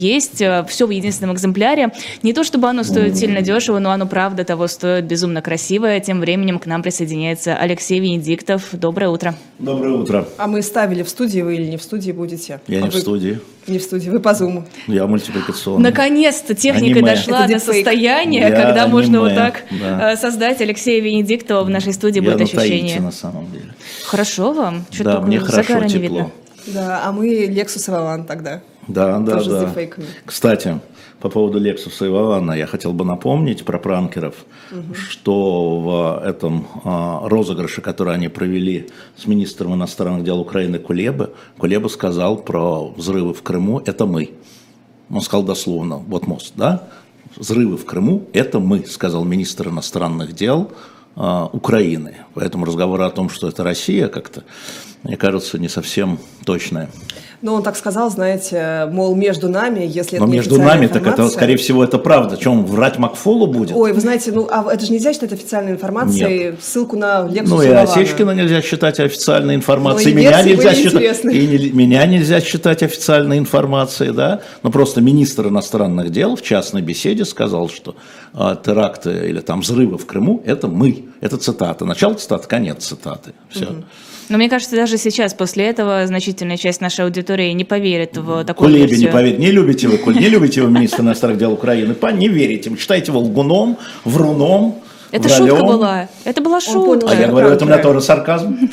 есть, все в единственном экземпляре. Не то чтобы оно стоит сильно дешево, но оно правда того стоит, безумно красивое. Тем временем к нам присоединяется Алексей Венедиктов. Доброе утро. Доброе утро. А мы ставили в студии, вы или не в студии будете? Я не в студии. Не в студии, вы по зуму. Я мультипликационный. Наконец-то техника дошла до состояния, когда можно вот так создать Алексея Венедиктова в нашей студии. Будет ощущение. На самом деле. Хорошо вам? Да, мне хорошо, тепло. Да, а мы Lexus и Вован тогда. Да. С дефейками. Кстати, по поводу Лексуса и Вована я хотел бы напомнить про пранкеров, что в этом розыгрыше, который они провели с министром иностранных дел Украины Кулеба сказал про взрывы в Крыму «это мы». Он сказал дословно, вот мост, да? «Взрывы в Крыму – это мы», сказал министр иностранных дел Украины. Поэтому разговор о том, что это Россия, как-то, мне кажется, не совсем точное. Но он так сказал, знаете, мол, между нами, если но это не между нами, информация... так это, скорее всего, это правда. Чем врать Макфолу будет? Ой, вы знаете, это же нельзя считать официальной информацией. Нет. Ссылку на Lexus Ну и Осечкина нельзя считать официальной информацией. Меня нельзя считать официальной информацией, да? Но просто министр иностранных дел в частной беседе сказал, что теракты или там взрывы в Крыму – это мы. Это цитата. Начало цитаты, конец цитаты. Все. Но мне кажется, даже сейчас, после этого, значительная часть нашей аудитории не поверит в такую Кулебе версию. не поверит. Не любите вы министра иностранных дел Украины? Не верите. Вы считаете его лгуном, вруном, это вралем. Шутка была. Это была шутка. А я говорю, это у меня тоже сарказм.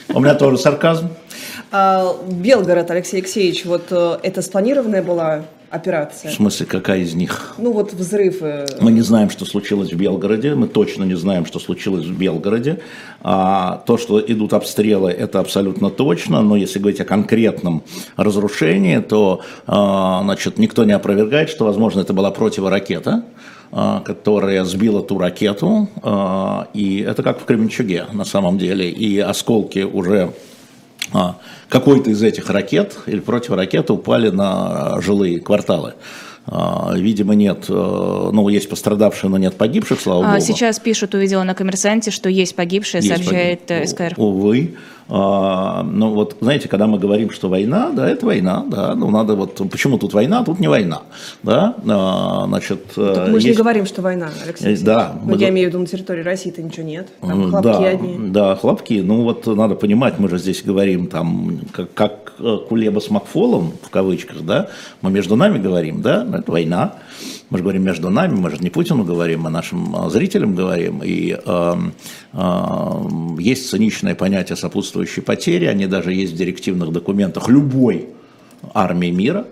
Белгород, Алексей Алексеевич, вот это спланированная была операция? В смысле, какая из них? Ну вот взрыв. Мы не знаем, что случилось в Белгороде, мы точно не знаем, что случилось в Белгороде. То, что идут обстрелы, это абсолютно точно, но если говорить о конкретном разрушении, то значит, никто не опровергает, что, возможно, это была противоракета, которая сбила ту ракету, и это как в Кременчуге на самом деле, и осколки уже какой-то из этих ракет или противоракеты упали на жилые кварталы. Видимо, нет, есть пострадавшие, но нет погибших, слава богу. Сейчас пишут, увидела на «Коммерсанте», что есть погибшие, сообщает СКР. Увы. Вот, знаете, когда мы говорим, что война, да, это война, да, надо почему тут война, а тут не война, да, значит. Так мы же не говорим, что война, Алексей. Да. Я имею в виду, на территории России-то ничего нет, там хлопки одни. Да, хлопки, надо понимать, мы же здесь говорим, там, как Кулеба с Макфолом, в кавычках, да, мы между нами говорим, да, это война. Мы же говорим между нами, мы же не Путину говорим, мы нашим зрителям говорим. И есть циничное понятие сопутствующей потери, они даже есть в директивных документах любой армии мира,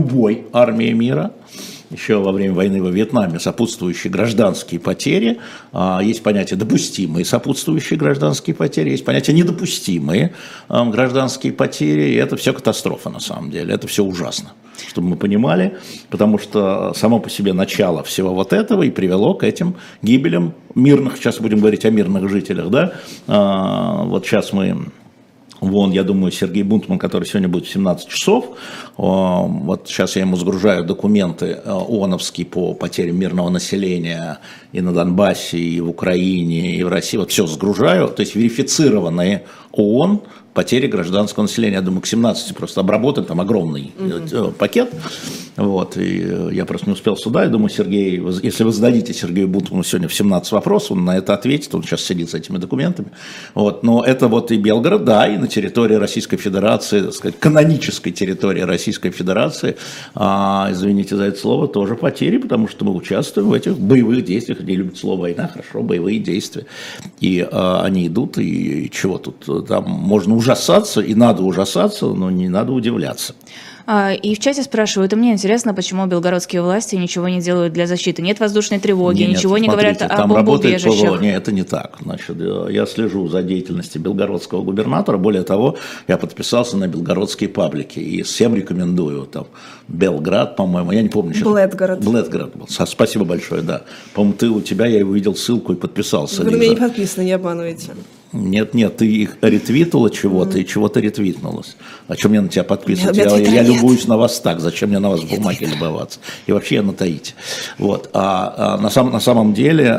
еще во время войны во Вьетнаме сопутствующие гражданские потери, есть понятие допустимые сопутствующие гражданские потери, есть понятие недопустимые гражданские потери, и это все катастрофа на самом деле, это все ужасно, чтобы мы понимали, потому что само по себе начало всего вот этого и привело к этим гибелям мирных, сейчас будем говорить о мирных жителях, да, вот сейчас мы... я думаю, Сергей Бунтман, который сегодня будет в 17 часов, вот сейчас я ему сгружаю документы ООНовские по потерям мирного населения и на Донбассе, и в Украине, и в России, вот все сгружаю, то есть верифицированные ООН потери гражданского населения, я думаю, к 17 просто обработали, там огромный пакет, и я просто не успел сюда, я думаю, Сергей, если вы зададите Сергею Бунтману сегодня в 17 вопросов, он на это ответит, он сейчас сидит с этими документами, но это и Белгород, да, и на территории Российской Федерации, так сказать, канонической территории Российской Федерации, извините за это слово, тоже потери, потому что мы участвуем в этих боевых действиях, не любят слово война, хорошо, боевые действия, и они идут, и чего тут, там можно ужасаться, и надо ужасаться, но не надо удивляться. И в чате спрашивают, и мне интересно, почему белгородские власти ничего не делают для защиты. Нет воздушной тревоги, ничего не говорят о бомбоубежищах. Нет, это не так. Значит, я слежу за деятельностью белгородского губернатора. Более того, я подписался на белгородские паблики. И всем рекомендую. Там Белград, по-моему, я не помню сейчас. Блэдград был. Спасибо большое, да. По-моему, у тебя я увидел ссылку и подписался. Вы на меня не подписаны, не обманываете. Нет, ты их ретвитнула чего-то, и чего-то ретвитнулось. А чем мне на тебя подписываться? Я любуюсь на вас так, зачем мне на вас в бумаге любоваться? И вообще я на Таити. Вот. На самом деле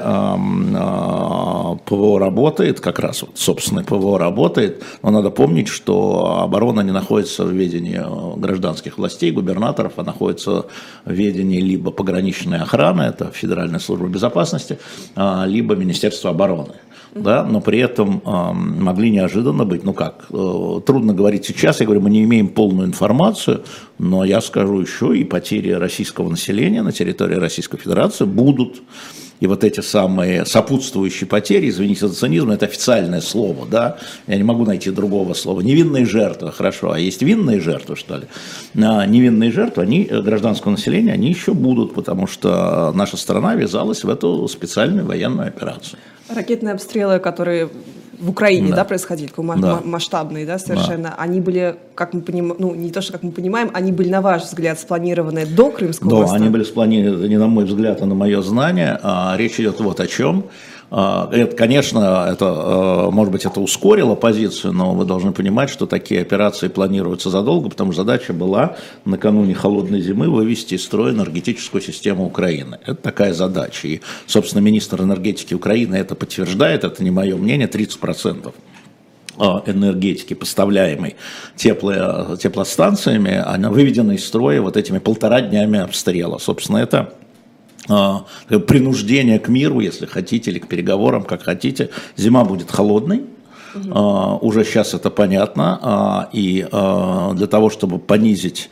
ПВО работает, как раз вот, собственно, ПВО работает, но надо помнить, что оборона не находится в ведении гражданских властей, губернаторов, а находится в ведении либо пограничной охраны, это Федеральная служба безопасности, либо Министерство обороны. Да, но при этом могли неожиданно быть, трудно говорить сейчас, я говорю, мы не имеем полную информацию, но я скажу еще, и потери российского населения на территории Российской Федерации будут. И вот эти самые сопутствующие потери, извините за цинизм, это официальное слово, да, я не могу найти другого слова. Невинные жертвы, хорошо, а есть винные жертвы, что ли? Невинные жертвы, гражданского населения, они еще будут, потому что наша страна ввязалась в эту специальную военную операцию. Ракетные обстрелы, которые в Украине, да, происходили, масштабные, да, совершенно, они были, как мы понимаем, не то, что как мы понимаем, они были, на ваш взгляд, спланированы до Крымского моста? Да, они были спланированы не на мой взгляд, а на мое знание. Речь идет вот о чем. Это, конечно, может быть, это ускорило позицию, но вы должны понимать, что такие операции планируются задолго, потому что задача была накануне холодной зимы вывести из строя энергетическую систему Украины. Это такая задача. И, собственно, министр энергетики Украины это подтверждает, это не мое мнение, 30% энергетики, поставляемой теплостанциями, она выведена из строя вот этими 1,5 днями обстрела. Собственно, это принуждение к миру, если хотите, или к переговорам, как хотите. Зима будет холодной, уже сейчас это понятно, и для того, чтобы понизить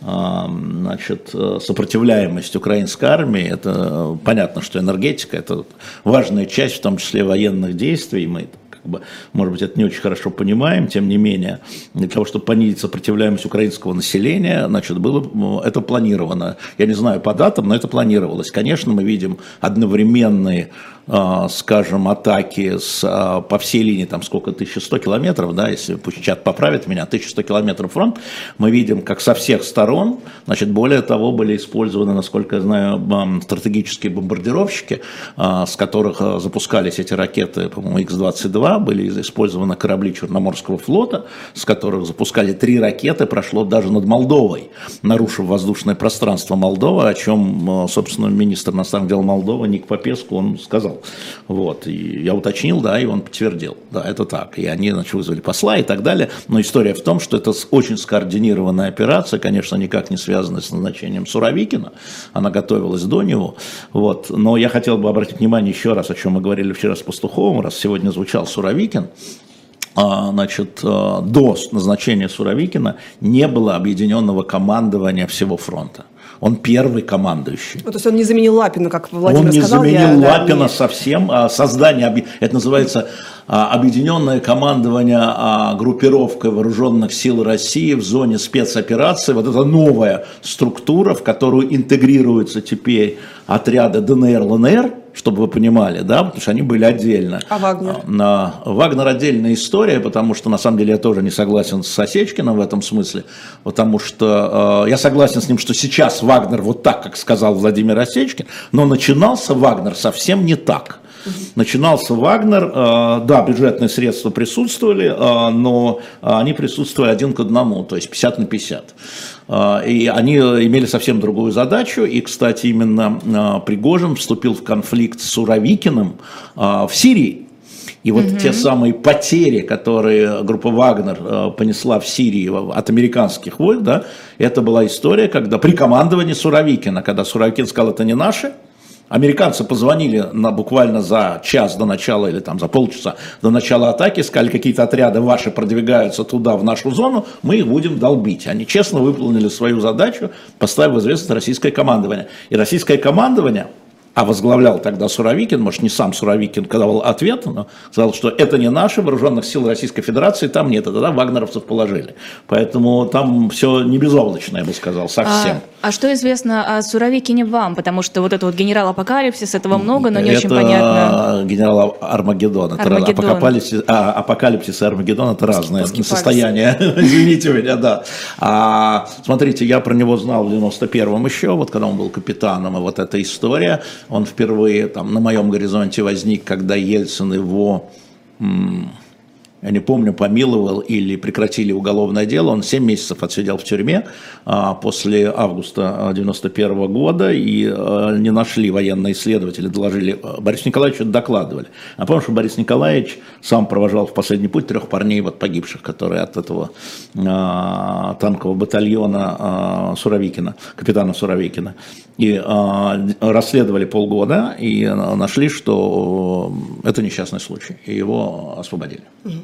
сопротивляемость украинской армии, это понятно, что энергетика – это важная часть, в том числе военных действий, мы может быть, это не очень хорошо понимаем, тем не менее, для того, чтобы понизить сопротивляемость украинского населения, было это планировано. Я не знаю по датам, но это планировалось. Конечно, мы видим одновременные, скажем, атаки по всей линии, там сколько, 1100 километров, да, если пусть чат поправит меня, 1100 километров фронт, мы видим, как со всех сторон, более того, были использованы, насколько я знаю, стратегические бомбардировщики, с которых запускались эти ракеты, по-моему, Х-22, были использованы корабли Черноморского флота, с которых запускали 3 ракеты, прошло даже над Молдовой, нарушив воздушное пространство Молдовы, о чем, собственно, министр иностранных дел Молдовы Ник Попеску, он сказал. Вот, и я уточнил, да, и он подтвердил, да, это так, и они, вызвали посла и так далее, но история в том, что это очень скоординированная операция, конечно, никак не связанная с назначением Суровикина, она готовилась до него, вот, но я хотел бы обратить внимание еще раз, о чем мы говорили вчера с Пастуховым, раз сегодня звучал Суровикин, до назначения Суровикина не было объединенного командования всего фронта. Он первый командующий. То есть он не заменил Лапина, как Владимир сказал? Он не заменил Лапина совсем. Создание, это называется объединенное командование группировкой вооруженных сил России в зоне спецоперации. Вот это новая структура, в которую интегрируются теперь отряды ДНР, ЛНР, чтобы вы понимали, да, потому что они были отдельно. А Вагнер? Вагнер отдельная история, потому что, на самом деле, я тоже не согласен с Осечкиным в этом смысле, потому что я согласен с ним, что сейчас Вагнер вот так, как сказал Владимир Осечкин, но начинался Вагнер совсем не так. Начинался Вагнер, да, бюджетные средства присутствовали, но они присутствовали 1 к 1, то есть 50 на 50. И они имели совсем другую задачу, и, кстати, именно Пригожин вступил в конфликт с Суровикиным в Сирии. И вот те самые потери, которые группа «Вагнер» понесла в Сирии от американских войск, да, это была история, когда при командовании Суровикина, когда Суровикин сказал, это не наши, американцы позвонили буквально за час до начала или там за полчаса до начала атаки, сказали, какие-то отряды ваши продвигаются туда, в нашу зону, мы их будем долбить. Они честно выполнили свою задачу, поставив в известность российское командование. И российское командование, а возглавлял тогда Суровикин, может, не сам Суровикин давал ответ, но сказал, что это не наши, вооруженных сил Российской Федерации там нет, и тогда вагнеровцев положили. Поэтому там все не безоблачно, я бы сказал, совсем. А что известно о Суровикине вам? Потому что вот это вот генерал Апокалипсис, этого много, но не очень понятно. Это генерал Армагеддон. Апокалипсис и Армагеддон – это разное состояние. Извините меня, да. Смотрите, я про него знал в 91-м еще, вот когда он был капитаном, и вот эта история. Он впервые там на моем горизонте возник, когда Ельцин его я не помню, помиловал или прекратили уголовное дело. Он 7 месяцев отсидел в тюрьме после августа 91 года, и не нашли военные исследователи, доложили. Борису Николаевичу докладывали. А помню, что Борис Николаевич сам провожал в последний путь 3 парней вот погибших, которые от этого танкового батальона Суровикина, капитана Суровикина. И расследовали полгода, и нашли, что это несчастный случай, и его освободили.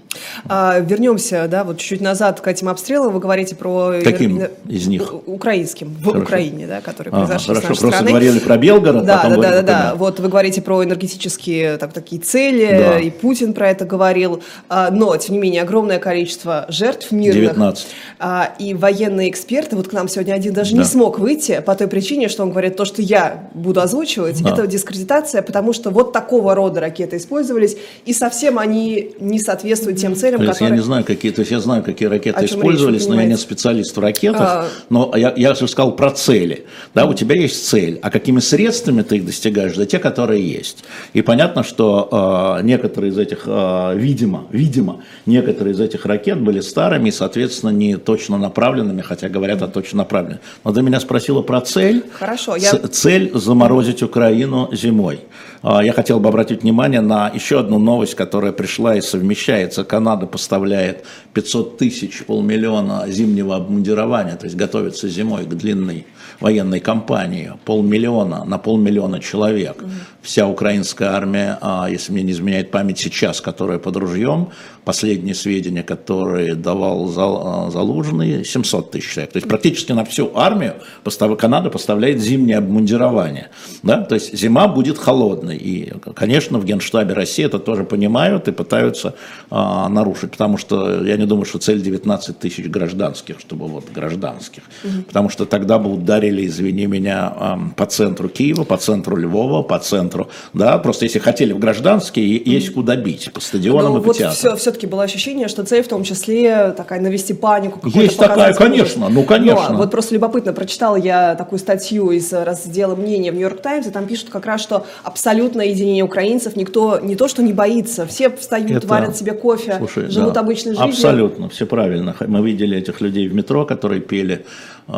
Вернемся, да, вот чуть-чуть назад к этим обстрелам. Вы говорите про... Каким из них? Украинским, в Украине, да, которые произошли хорошо, с нашей просто страны. говорили про Белгород, да, потом да, говорили да. Вот вы говорите про энергетические такие цели, да. И Путин про это говорил, но, тем не менее, огромное количество жертв мирных. 19. И военные эксперты, вот к нам сегодня один даже не смог выйти по той причине, что он говорит, то, что я буду озвучивать, это дискредитация, потому что вот такого рода ракеты использовались, и совсем они не соответствуют тем целям, которые... Я не знаю, какие, то есть я знаю, какие ракеты использовались, но я не специалист в ракетах, но я же сказал про цели. Да, у тебя есть цель, а какими средствами ты их достигаешь? Да те, которые есть. И понятно, что некоторые из этих, видимо, некоторые из этих ракет были старыми и, соответственно, не точно направленными, хотя говорят о точно направленных. Но ты меня спросила про цель. Хорошо. Цель заморозить Украину зимой. Я хотел бы обратить внимание на еще одну новость, которая пришла и совмещается. Канада поставляет 500 тысяч, 500 000 зимнего обмундирования, то есть готовится зимой к длинной военной кампании. 500 000 на 500 000 человек. Вся украинская армия, если мне не изменяет память сейчас, которая под ружьем, последние сведения, которые давал Залужный, 700 тысяч человек. То есть практически на всю армию Канада поставляет зимнее обмундирование. Да? То есть зима будет холодной. И, конечно, в Генштабе России это тоже понимают и пытаются нарушить. Потому что я не думаю, что цель 19 тысяч гражданских, чтобы вот гражданских. Потому что тогда бы ударили, извини меня, по центру Киева, по центру Львова, по центру. Да? Просто если хотели в гражданские, есть куда бить. По стадионам и по театрам. Все-таки было ощущение, что цель в том числе такая навести панику. Есть такая, конечно, ну конечно. Но, вот просто любопытно, прочитала я такую статью из раздела мнения в Нью-Йорк Таймс, и там пишут как раз, что абсолютное единение украинцев, никто не то, что не боится, все встают, варят себе кофе, живут обычной жизнью. Абсолютно, все правильно. Мы видели этих людей в метро, которые пели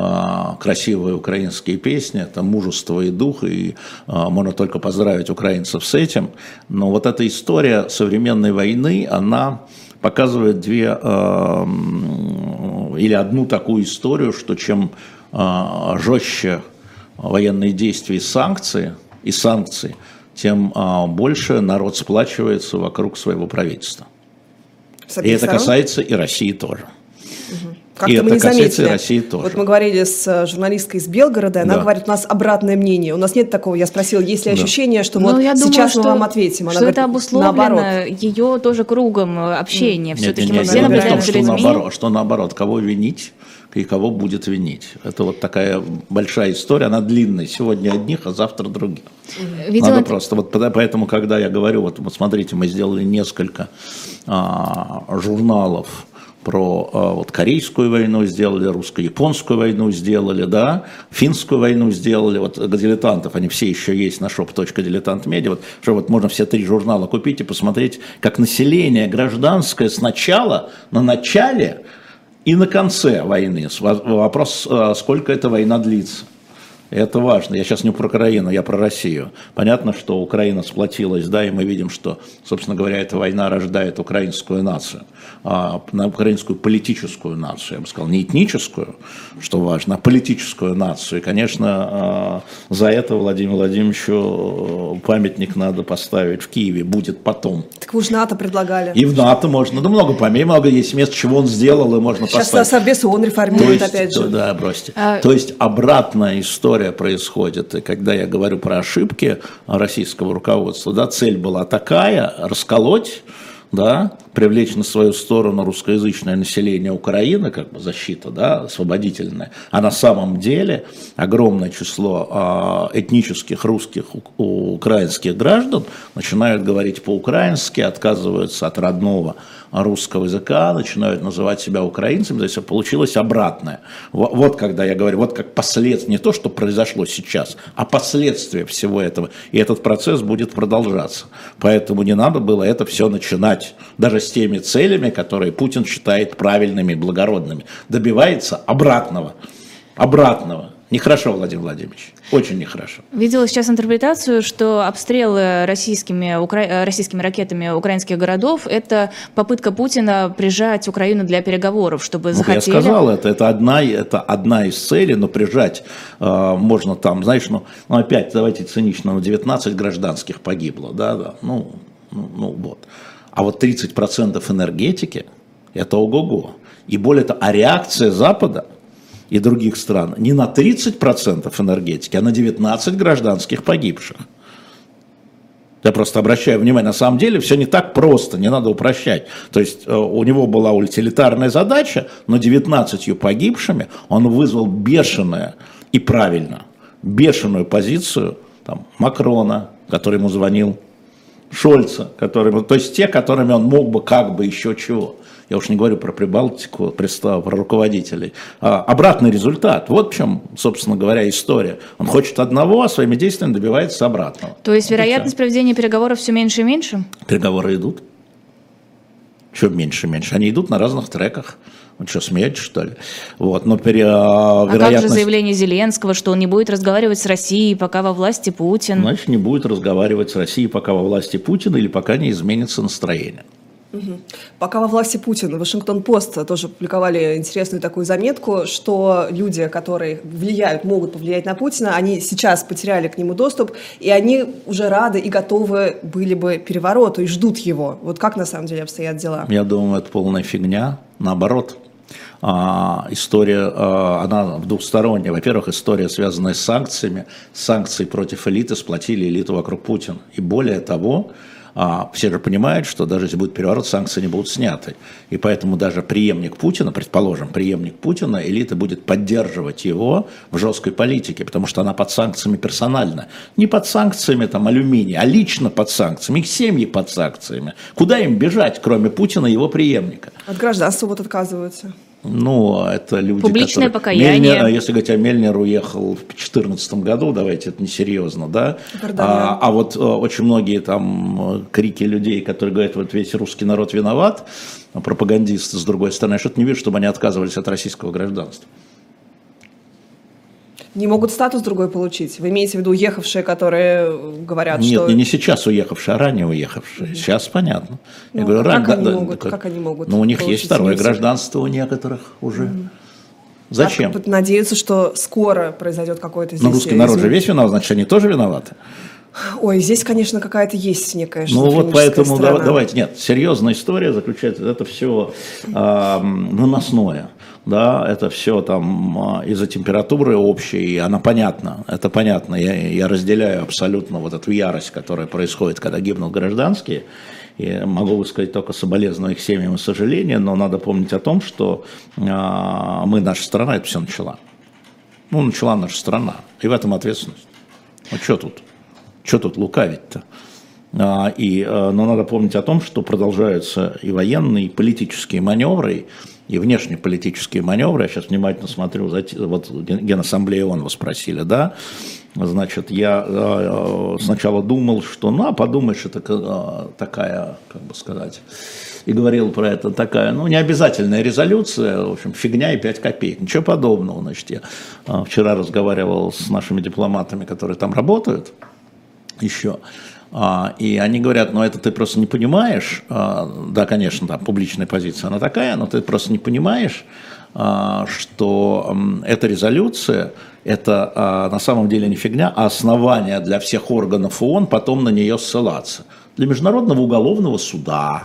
красивые украинские песни, это мужество и дух, и можно только поздравить украинцев с этим. Но вот эта история современной войны, она показывает или одну такую историю, что чем жестче военные действия и санкции, тем больше народ сплачивается вокруг своего правительства. И это касается и России тоже. Как-то и мы это не касается заметили. И России тоже. Вот мы говорили с журналисткой из Белгорода, она говорит, у нас обратное мнение. У нас нет такого, я спросила, есть ли ощущение, что вот сейчас мы вам ответим. Она говорит, это обусловлено ее тоже кругом общения. Все-таки мы все наблюдаем за людьми. Что наоборот, кого винить и кого будет винить. Это вот такая большая история, она длинная. Сегодня одних, а завтра других. Надо просто, вот поэтому, когда я говорю, вот смотрите, мы сделали несколько журналов, про вот корейскую войну сделали, русско-японскую войну сделали, да, финскую войну сделали, вот дилетантов, они все еще есть на shop.diletantmedia, вот, что вот можно все 3 журнала купить и посмотреть, как население гражданское сначала, на начале и на конце войны. Вопрос, сколько эта война длится. Это важно. Я сейчас не про Украину, я про Россию. Понятно, что Украина сплотилась, да, и мы видим, что, собственно говоря, эта война рождает украинскую нацию, украинскую политическую нацию, я бы сказал, не этническую, что важно, а политическую нацию. И, конечно, за это Владимиру Владимировичу памятник надо поставить в Киеве, будет потом. Так вы же НАТО предлагали. И в НАТО можно, да много есть мест, чего он сделал, и можно сейчас поставить. Сейчас Совбез ООН реформирует, опять же. Да, бросьте. То есть обратная история происходит, и когда я говорю про ошибки российского руководства, да, цель была такая, расколоть, да, привлечь на свою сторону русскоязычное население Украины, как бы защита, да, освободительная, а на самом деле огромное число этнических русских украинских граждан начинают говорить по-украински, отказываются от родного русского языка, начинают называть себя украинцами, то есть получилось обратное. Вот когда я говорю, вот как последствия, не то, что произошло сейчас, а последствия всего этого, и этот процесс будет продолжаться. Поэтому не надо было это все начинать добивать, даже с теми целями, которые Путин считает правильными и благородными. Добивается обратного. Нехорошо, Владимир Владимирович, очень нехорошо. Видела сейчас интерпретацию, что обстрелы российскими ракетами украинских городов – это попытка Путина прижать Украину для переговоров, чтобы захотели… Я сказал, это одна из целей, но прижать можно там, знаешь, опять, давайте цинично, 19 гражданских погибло, да, вот. А вот 30% энергетики – это ого-го. И более того, реакция Запада и других стран не на 30% энергетики, а на 19 гражданских погибших. Я просто обращаю внимание, на самом деле все не так просто, не надо упрощать. То есть у него была утилитарная задача, но 19 погибшими он вызвал бешеную позицию там, Макрона, который ему звонил, Шольца, то есть те, которыми он мог бы как бы еще чего. Я уж не говорю про Прибалтику, про руководителей. Обратный результат. Вот в чем, собственно говоря, история. Он хочет одного, а своими действиями добивается обратного. То есть вероятность проведения переговоров все меньше и меньше? Переговоры идут. Что меньше и меньше? Они идут на разных треках. Вы что, смеетесь, что ли? Вот, но вероятность... А как же заявление Зеленского, что он не будет разговаривать с Россией, пока во власти Путин? Значит, не будет разговаривать с Россией, пока во власти Путин, или пока не изменится настроение. Угу. Пока во власти Путина, Вашингтон-Пост тоже публиковали интересную такую заметку, что люди, которые могут повлиять на Путина, они сейчас потеряли к нему доступ, и они уже рады и готовы были бы перевороту, и ждут его. Вот как на самом деле обстоят дела? Я думаю, это полная фигня. Наоборот, история, она двухсторонняя. Во-первых, история, связанная с санкциями. Санкции против элиты сплотили элиту вокруг Путина. И более того, все же понимают, что даже если будет переворот, санкции не будут сняты. И поэтому даже преемник Путина, предположим, преемник Путина, элита будет поддерживать его в жесткой политике, потому что она под санкциями персонально. Не под санкциями там алюминия, а лично под санкциями, их семьи под санкциями. Куда им бежать, кроме Путина и его преемника? От гражданства вот отказываются. Это люди, публичное покаяние. Если говорить, Мельнер уехал в 2014 году, давайте, это несерьезно, да? А вот очень многие там крики людей, которые говорят, вот весь русский народ виноват, пропагандисты, с другой стороны, я что-то не вижу, чтобы они отказывались от российского гражданства. Не могут статус другой получить? Вы имеете в виду уехавшие, которые говорят, Нет, что… не сейчас уехавшие, а ранее уехавшие. Сейчас понятно. Я говорю, как они могут? У них есть второе гражданство у некоторых уже. Зачем? Надеются, что скоро произойдет какой-то здесь… Русский народ же весь виноват, значит, они тоже виноваты. Ой, здесь, конечно, какая-то есть некая поэтому сторона. давайте, серьезная история заключается, это все наносное. Да, это все там из-за температуры общей, и она понятна, это понятно. Я разделяю абсолютно вот эту ярость, которая происходит, когда гибнут гражданские. И могу высказать только соболезнования их семьям и сожаления, но надо помнить о том, что наша страна это все начала. Начала наша страна, и в этом ответственность. Что тут лукавить-то? Но надо помнить о том, что продолжаются и военные, и политические маневры, и внешнеполитические маневры. Я сейчас внимательно смотрю, вот Генассамблея ООН вы спросили, да? Значит, я сначала думал, что, подумаешь, это такая, как бы сказать, и говорил про это, такая, необязательная резолюция, в общем, фигня и 5 копеек, ничего подобного. Значит, я вчера разговаривал с нашими дипломатами, которые там работают еще, и они говорят, это ты просто не понимаешь, да, конечно, там публичная позиция, она такая, но ты просто не понимаешь, что эта резолюция, это на самом деле не фигня, а основание для всех органов ООН потом на нее ссылаться. Для Международного уголовного суда,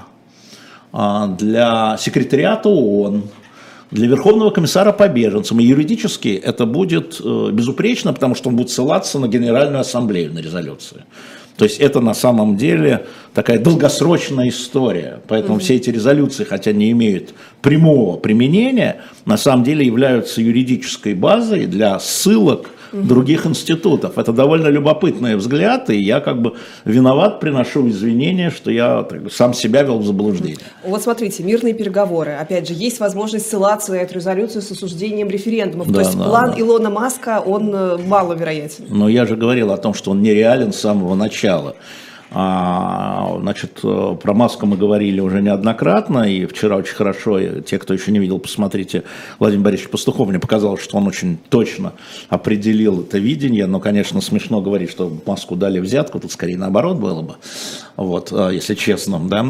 для секретариата ООН, для Верховного комиссара по беженцам. И юридически это будет безупречно, потому что он будет ссылаться на Генеральную ассамблею, на резолюцию. То есть это на самом деле такая долгосрочная история. Поэтому все эти резолюции, хотя не имеют прямого применения, на самом деле являются юридической базой для ссылок других институтов. Это довольно любопытный взгляд, и я как бы виноват, приношу извинения, что я сам себя вел в заблуждение. Вот смотрите, мирные переговоры. Опять же, есть возможность ссылаться на эту резолюцию с осуждением референдумов. То есть план Илона Маска, он маловероятен. Но я же говорил о том, что он нереален с самого начала. Значит, про Маска мы говорили уже неоднократно, и вчера очень хорошо, те, кто еще не видел, посмотрите, Владимир Борисович Пастухов, мне показалось, что он очень точно определил это видение, но, конечно, смешно говорить, что Маску дали взятку, тут скорее наоборот было бы, вот, если честно, да,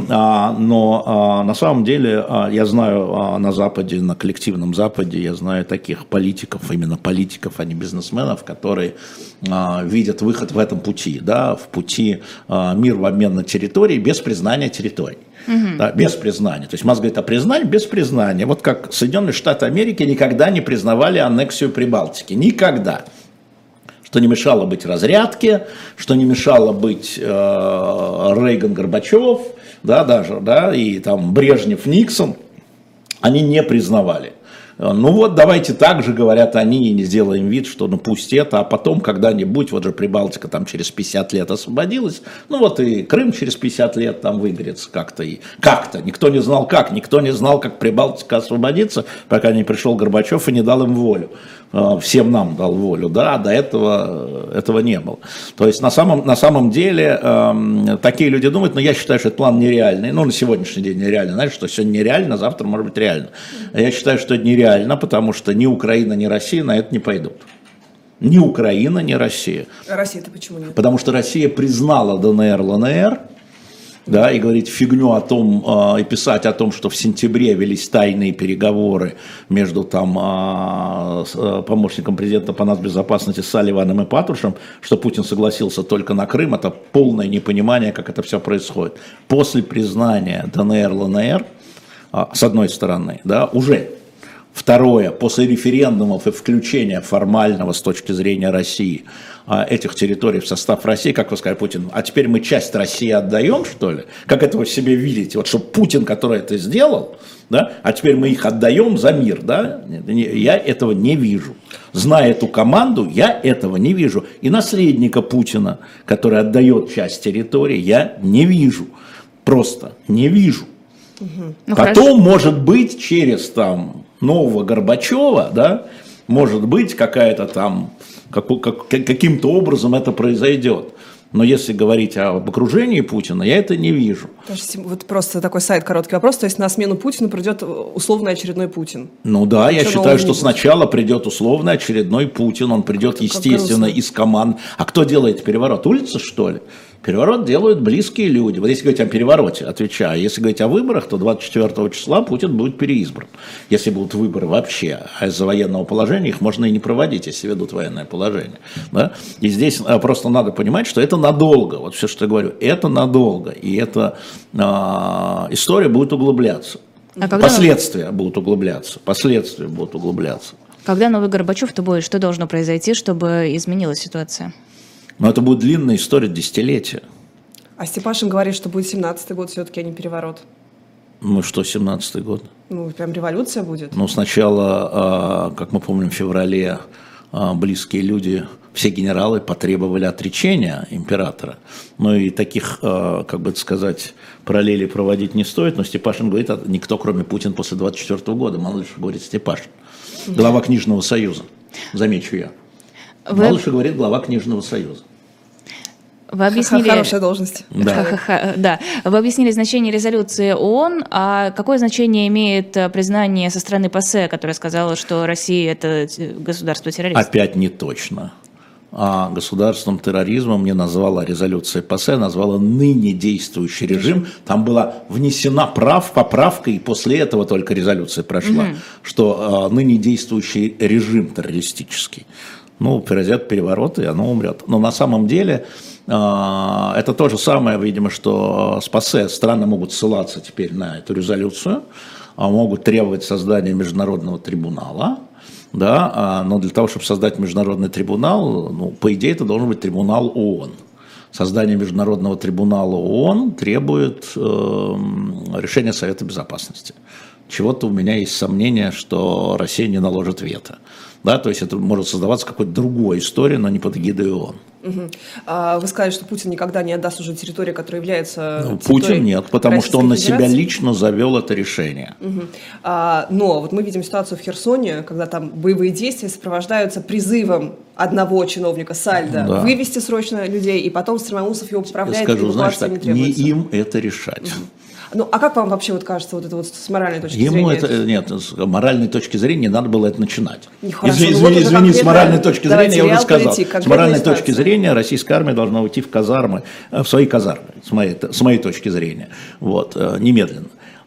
но на самом деле я знаю на Западе, на коллективном Западе, я знаю таких политиков, именно политиков, а не бизнесменов, которые видят выход в этом пути, да, в пути мир в обмен на территории без признания территорий. Да, без признания. То есть Маск говорит о признании без признания. Вот как Соединенные Штаты Америки никогда не признавали аннексию Прибалтики. Никогда. Что не мешало быть разрядке, что не мешало быть Рейган-Горбачев, да, даже, да, и там Брежнев-Никсон, они не признавали. Ну вот давайте так же, говорят они, и не сделаем вид, что ну пусть это, а потом когда-нибудь, вот же Прибалтика там через 50 лет освободилась, ну вот и Крым через 50 лет там выгорится как-то, и как-то, никто не знал как Прибалтика освободится, пока не пришел Горбачев и не дал им волю. Всем нам дал волю, да, до этого не было. То есть на самом деле такие люди думают, но я считаю, что этот план нереальный, ну на сегодняшний день нереально, знаешь, что сегодня нереально, завтра может быть реально. Я считаю, что это нереально, потому что ни Украина, ни Россия на это не пойдут. Ни Украина, ни Россия. А Россия-то почему нет? Потому что Россия признала ДНР, ЛНР, да, и говорить фигню о том, и писать о том, что в сентябре велись тайные переговоры между там помощником президента по нацбезопасности Салливаном и Патрушем, что Путин согласился только на Крым, это полное непонимание, как это все происходит. После признания ДНР, ЛНР, с одной стороны, да, уже. Второе, после референдумов и включения формального с точки зрения России этих территорий в состав России, как вы сказали, Путин, а теперь мы часть России отдаем, что ли? Как это вы себе видите? Вот что Путин, который это сделал, да, а теперь мы их отдаем за мир, да? Я этого не вижу. Зная эту команду, я этого не вижу. И наследника Путина, который отдает часть территории, я не вижу. Просто не вижу. Ну, потом, хорошо. Может быть, через там нового Горбачева, да, может быть, какая-то там, каким-то образом это произойдет. Но если говорить об окружении Путина, я это не вижу. Вот просто такой короткий вопрос. То есть на смену Путину придет условный очередной Путин? Ну да, я считаю, что сначала придет условный очередной Путин. Он придет, естественно, из команд. А кто делает переворот? Улица, что ли? Переворот делают близкие люди. Вот если говорить о перевороте, отвечаю. Если говорить о выборах, то 24 числа Путин будет переизбран. Если будут выборы вообще. А из-за военного положения их можно и не проводить, если ведут военное положение. Да? И здесь просто надо понимать, что это надолго. Вот все, что я говорю, это надолго. И эта история будет углубляться. Последствия будут углубляться. Когда новый Горбачев-то будет, что должно произойти, чтобы изменилась ситуация? Но это будет длинная история, десятилетия. А Степашин говорит, что будет 17-й год все-таки, а не переворот. Ну что 17-й год? Ну, прям революция будет. Ну, сначала, как мы помним, в феврале близкие люди, все генералы потребовали отречения императора. Ну и таких, как бы сказать, параллелей проводить не стоит. Но Степашин говорит, никто, кроме Путина, после 24 года. Мало ли что говорит Степашин. Глава Книжного союза, замечу я. Мало что говорит глава Книжного союза. Вы объяснили... Хорошая должность. Да. Да. Вы объяснили значение резолюции ООН, а какое значение имеет признание со стороны ПАСЕ, которое сказало, что Россия – это государство-террорист? Опять не точно. А государственным терроризмом не назвала резолюция ПАСЕ, назвала ныне действующий режим. Там была внесена поправка, и после этого только резолюция прошла, что ныне действующий режим террористический. Ну, произойдет переворот, и оно умрет. Но на самом деле это то же самое, видимо, что с ПАСЕ страны могут ссылаться теперь на эту резолюцию, могут требовать создания международного трибунала, да, но для того, чтобы создать международный трибунал, ну, по идее, это должен быть трибунал ООН. Создание международного трибунала ООН требует решения Совета Безопасности. Чего-то у меня есть сомнение, что Россия не наложит вето. Да, то есть это может создаваться какой-то другой историей, но не под эгидой ООН. Вы сказали, что Путин никогда не отдаст уже территорию, которая является Путин нет, потому Российской что он на себя Федерации. лично завел это решение. Но вот мы видим ситуацию в Херсоне, когда там боевые действия сопровождаются призывом одного чиновника Сальдо вывести срочно людей, и потом Стремоусов его поправляет. Я скажу, знаешь, так, не им это решать. Ну, а как вам вообще вот кажется вот это вот с моральной точки Ему зрения? Нет, с моральной точки зрения не надо было это начинать. Извини, с моральной точки зрения я уже сказал. С моральной точки зрения российская армия должна уйти в казармы, в свои казармы, с моей точки зрения, вот, немедленно.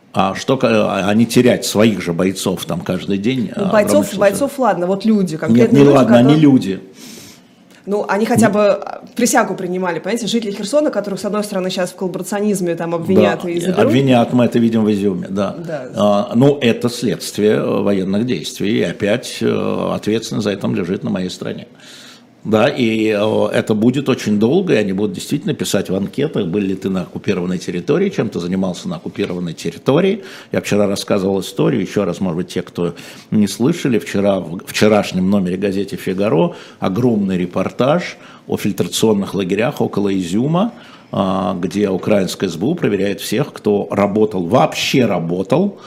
А не терять своих же бойцов там каждый день. Бойцов, ладно, вот люди, Нет, конкретные не люди, ладно, они люди. Ну, они хотя бы присягу принимали, понимаете, жители Херсона, которых, с одной стороны, сейчас в коллаборационизме там обвинят и заберут. Обвинят, мы это видим в Изюме, да. Ну, это следствие военных действий, и опять ответственность за это лежит на моей стороне. Да, и это будет очень долго, и они будут действительно писать в анкетах, были ли ты на оккупированной территории, чем ты занимался на оккупированной территории. Я вчера рассказывал историю, еще раз, может быть, те, кто не слышали, в вчерашнем номере газеты «Фигаро» огромный репортаж о фильтрационных лагерях около Изюма, где украинская СБУ проверяет всех, кто вообще работал,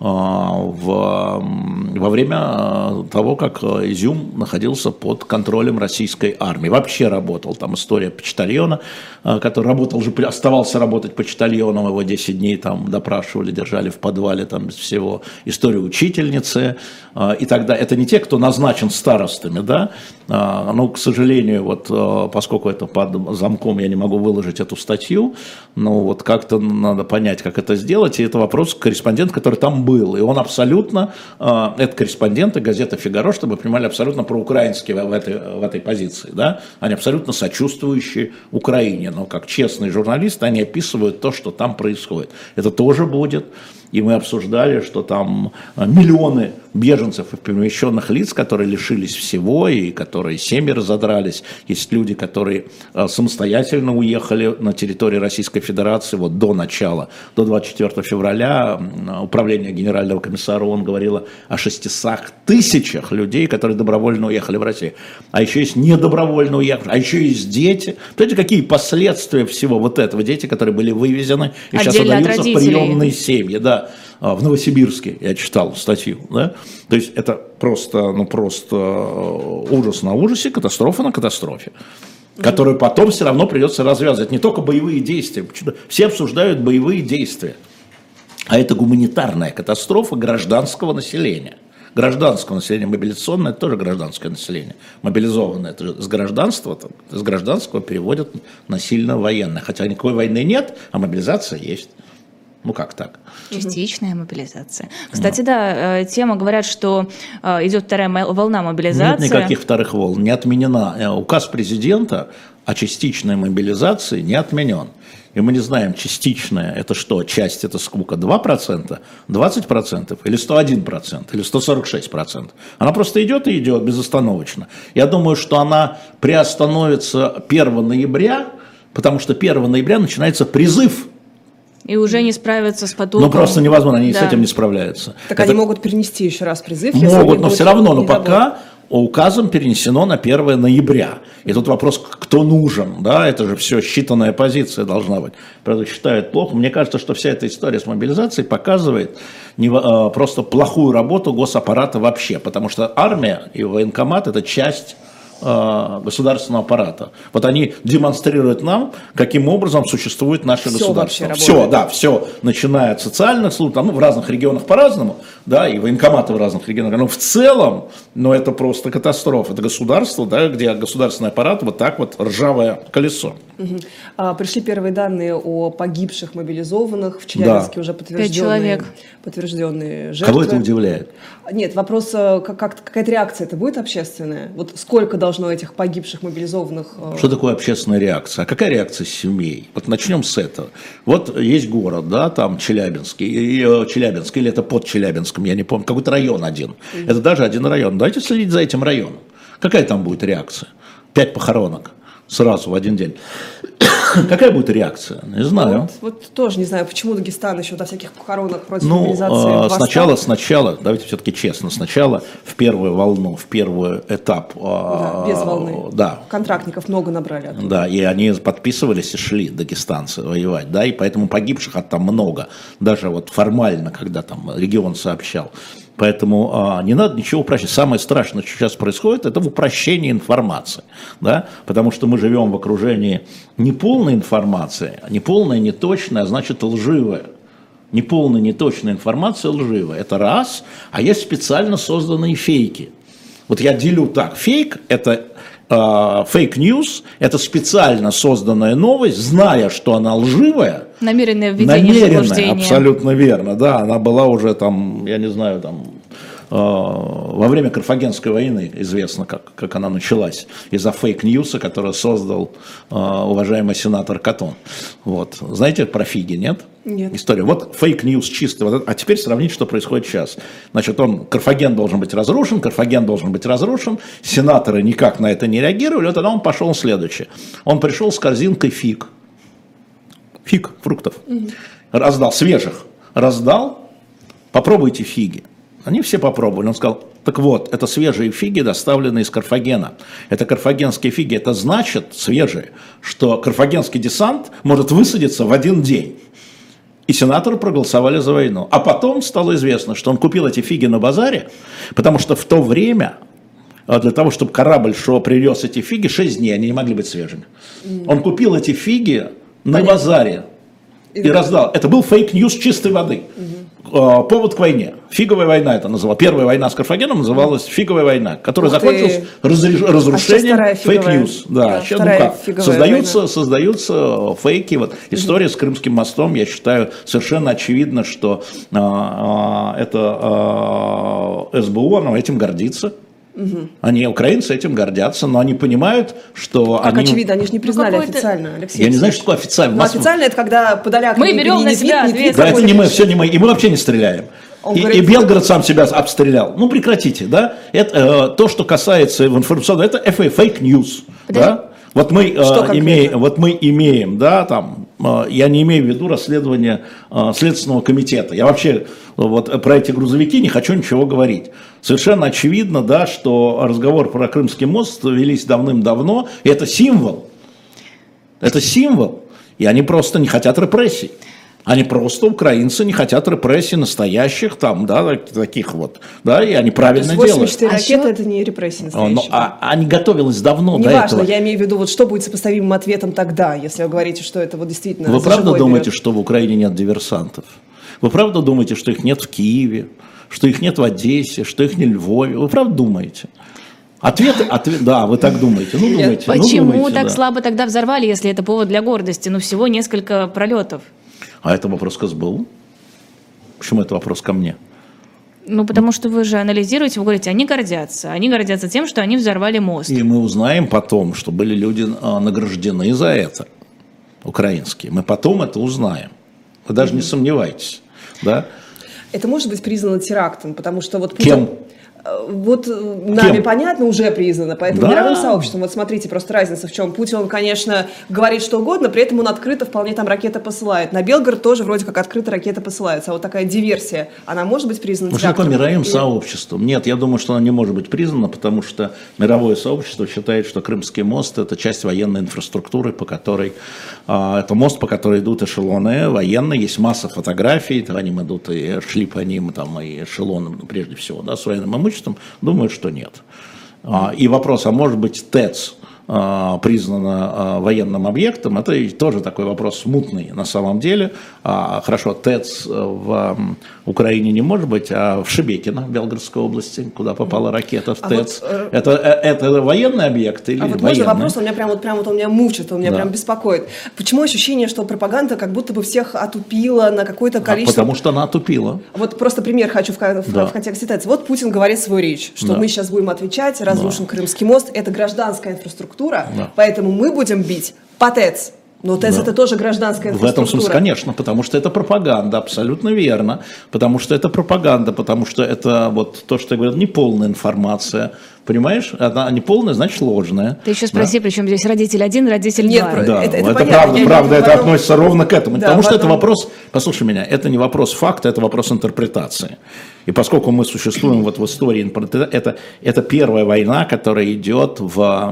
во время того, как Изюм находился под контролем российской армии. Вообще работал. Там история почтальона, который работал, уже оставался работать почтальоном, его 10 дней там допрашивали, держали в подвале там без всего. История учительницы. И тогда это не те, кто назначен старостами, да, но, к сожалению, вот поскольку это под замком, я не могу выложить эту статью, но вот как-то надо понять, как это сделать, и это вопрос корреспондент, который там был, и он абсолютно, это корреспонденты газеты «Фигаро», чтобы вы понимали, абсолютно проукраинские в этой позиции, да, они абсолютно сочувствующие Украине, но как честные журналисты, они описывают то, что там происходит. Это тоже будет. И мы обсуждали, что там миллионы беженцев и перемещенных лиц, которые лишились всего и которые семьи разодрались. Есть люди, которые самостоятельно уехали на территорию Российской Федерации вот до начала, до 24 февраля. Управление Генерального комиссара ООН говорило о 600 тысячах людей, которые добровольно уехали в Россию. А еще есть недобровольно уехавшие, а еще есть дети. Понимаете, какие последствия всего вот этого? Дети, которые были вывезены и сейчас отдаются в приемные семьи. Да. В Новосибирске я читал статью, да? То есть это просто ужас на ужасе, катастрофа на катастрофе, которую потом все равно придется развязывать. Не только боевые действия, все обсуждают боевые действия, а это гуманитарная катастрофа гражданского населения. Гражданского населения, мобилизационное, это тоже гражданское население. Мобилизованное, это же с гражданского переводят на сильно военное. Хотя никакой войны нет, а мобилизация есть. Ну как так? Частичная мобилизация. Кстати, да, тема говорят, что идет вторая волна мобилизации. Нет никаких вторых волн, не отменена. Указ президента о частичной мобилизации не отменен. И мы не знаем, частичная это что, часть это сколько, 2%, 20% или 101% или 146%. Она просто идет и идет безостановочно. Я думаю, что она приостановится 1 ноября, потому что 1 ноября начинается призыв. И уже не справятся с потоком. Ну, просто невозможно, они с этим не справляются. Так они могут перенести еще раз призыв. Могут, но все равно, но пока указом перенесено на 1 ноября. И тут вопрос, кто нужен, да, это же все считанная позиция должна быть. Правда, считают плохо. Мне кажется, что вся эта история с мобилизацией показывает просто плохую работу госаппарата вообще, потому что армия и военкомат – это часть государственного аппарата. Вот они демонстрируют нам, каким образом существует наше государство. Все, да, все, начиная от социальных служб, там, в разных регионах по-разному, да, и военкоматы в разных регионах, но в целом, это просто катастрофа. Это государство, да, где государственный аппарат вот так вот ржавое колесо. Пришли первые данные о погибших мобилизованных в Челябинске, уже подтвержденные жертвы. Кого это удивляет? Нет, вопрос, какая-то реакция это будет общественная? Вот сколько должно этих погибших мобилизованных? Что такое общественная реакция? А какая реакция семей? Вот начнем с этого. Вот есть город, да, там Челябинск, или это под Челябинском, я не помню, какой-то район один. Это даже один район. Давайте следить за этим районом. Какая там будет реакция? 5 похоронок. сразу в один день. Какая будет реакция? Не знаю. Вот тоже не знаю, почему Дагестан еще до всяких похоронок против мобилизации. Сначала, давайте все-таки честно, сначала в первую волну, в первый этап. Без волны. Да. Контрактников много набрали оттуда. Да, и они подписывались и шли, дагестанцы, воевать, да, и поэтому погибших там много, даже вот формально, когда там регион сообщал. Поэтому не надо ничего упрощать. Самое страшное, что сейчас происходит, это в упрощении информации. Да? Потому что мы живем в окружении неполной информации, неполная, неточная, а значит лживая. Неполная, неточная информация лживая. Это раз. А есть специально созданные фейки. Вот я делю так. Фейк – это фейк-ньюс, это специально созданная новость, зная, что она лживая. Намеренное введение заблуждения. Абсолютно верно, да, она была уже там, я не знаю, там, во время Карфагенской войны известно, как она началась, из-за фейк-ньюса, который создал уважаемый сенатор Катон. Вот. Знаете про фиги, нет? Нет. История. Вот фейк-ньюс чистый. Вот, а теперь сравнить, что происходит сейчас. Значит, Карфаген должен быть разрушен, сенаторы никак на это не реагировали, вот тогда он пошел следующее. Он пришел с корзинкой фиг, фруктов, раздал, свежих, попробуйте фиги. Они все попробовали. Он сказал, так вот, это свежие фиги, доставленные из Карфагена. Это карфагенские фиги. Это значит, свежие, что карфагенский десант может высадиться в один день. И сенаторы проголосовали за войну. А потом стало известно, что он купил эти фиги на базаре, потому что в то время, для того, чтобы корабль привез эти фиги, 6 дней, они не могли быть свежими. Он купил эти фиги на базаре и раздал. Это был фейк-ньюс чистой воды. Повод к войне. Фиговая война это называлась. Первая война с Карфагеном называлась Фиговая война, которая закончилась разрушением фейк-ньюс. Да, создаются фейки. Вот история с Крымским мостом, я считаю, совершенно очевидно, что это СБУ, оно этим гордится. Они, украинцы, этим гордятся, но они понимают, что как очевидно, они же не признали официально, Алексей. Я не знаю, что такое официально. Но официально это когда Подоляк... Мы берем на себя ответственность. Да, это не мы, все не мы, и мы вообще не стреляем. И Белгород сам себя обстрелял. Ну, прекратите, да? Это, то, что касается информационного, это фейк-ньюс, да? Вот мы имеем, да, там, я не имею в виду расследование Следственного комитета. Я вообще вот про эти грузовики не хочу ничего говорить. Совершенно очевидно, да, что разговор про Крымский мост велись давным-давно. И это символ. Это символ. И они просто не хотят репрессий. Они просто, украинцы, не хотят репрессий настоящих, там, да, таких вот, да, и они правильно делают. 84 ракеты – это не репрессии настоящие. Они готовились давно до этого. Неважно, я имею в виду, вот что будет сопоставимым ответом тогда, если вы говорите, что это вот действительно... Вы правда думаете, что в Украине нет диверсантов? Вы правда думаете, что их нет в Киеве, что их нет в Одессе, что их нет в Львове? Вы правда думаете? Ответ, да, вы так думаете. Думаете. Почему так слабо тогда взорвали, если это повод для гордости? Всего несколько пролетов. А это вопрос к СБУ? Почему это вопрос ко мне? Потому что вы же анализируете, вы говорите, они гордятся тем, что они взорвали мост. И мы узнаем потом, что были люди награждены за это, украинские. Мы потом это узнаем. Вы даже не сомневайтесь. Да? Это может быть признано терактом, потому что вот Путин... Кем? Вот нами понятно, уже признано, поэтому мировым сообществом, вот смотрите, просто разница в чем. Путин, он, конечно, говорит что угодно, при этом он открыто вполне там ракеты посылает. На Белгород тоже вроде как открыто ракеты посылаются. А вот такая диверсия, она может быть признана терактом? Что такое мировым сообществом? Нет, я думаю, что она не может быть признана, потому что мировое сообщество считает, что Крымский мост – это часть военной инфраструктуры, по которой, это мост, по которой идут эшелоны военные, есть масса фотографий, по ним идут и шли по ним там, и эшелоны, прежде всего, да, с военным имуществом. Думаю, что нет. И вопрос, а может быть ТЭЦ признана военным объектом, это тоже такой вопрос смутный на самом деле. Хорошо, ТЭЦ в Украине не может быть, а в Шебекино, в Белгородской области, куда попала ракета в ТЭЦ. Это военный объект или военный? Можно вопрос, он меня прям он меня мучит, он меня прям беспокоит. Почему ощущение, что пропаганда как будто бы всех отупила на какое-то количество... Потому что она отупила. Вот просто пример хочу в контексте ТЭЦ. Вот Путин говорит свою речь, что мы сейчас будем отвечать, разрушен Крымский мост, это гражданская инфраструктура, поэтому мы будем бить по ТЭЦ. Но ТЭС это тоже гражданская инфраструктура. В этом смысле, конечно, потому что это пропаганда, абсолютно верно. Потому что это пропаганда, потому что это вот то, что я говорю, неполная информация. Понимаешь? Она неполная, значит ложная. Ты еще спроси, причем здесь родитель один, родитель Нет, два. Да, это понятно. правда, это относится ровно к этому. Да, потому что потом... это вопрос, послушай меня, это не вопрос факта, это вопрос интерпретации. И поскольку мы существуем вот в истории, это первая война, которая идет в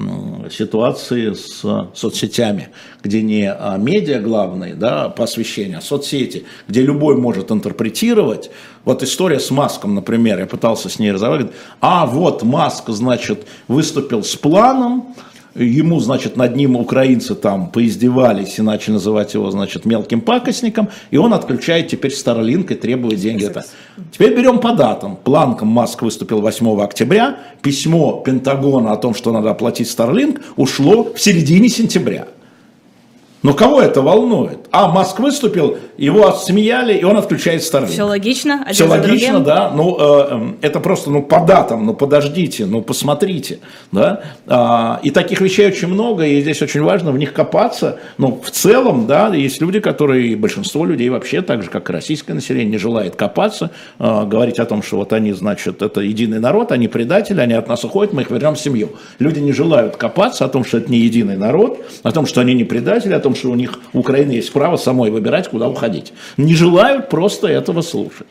ситуации с соцсетями, где не медиа главный, да, по освещению, а соцсети, где любой может интерпретировать. Вот история с Маском, например, я пытался с ней разговаривать. Вот Маск, значит, выступил с планом, ему, значит, над ним украинцы там поиздевались и начали называть его, значит, мелким пакостником, и он отключает теперь Starlink и требует деньги. Теперь берем по датам. Планком Маск выступил 8 октября, письмо Пентагона о том, что надо оплатить Starlink, ушло в середине сентября. Но кого это волнует? Маск выступил, его отсмеяли, и он отключает Starlink. Все логично. Все логично, да. Это просто, по датам, подождите, посмотрите. Да? И таких вещей очень много, и здесь очень важно в них копаться. Но в целом, да, есть люди, которые, большинство людей вообще, так же, как и российское население, не желает копаться, говорить о том, что вот они, значит, это единый народ, они предатели, они от нас уходят, мы их вернем в семью. Люди не желают копаться о том, что это не единый народ, о том, что они не предатели, о том, что у Украины есть право самой выбирать, куда уходить. Не желают просто этого слушать.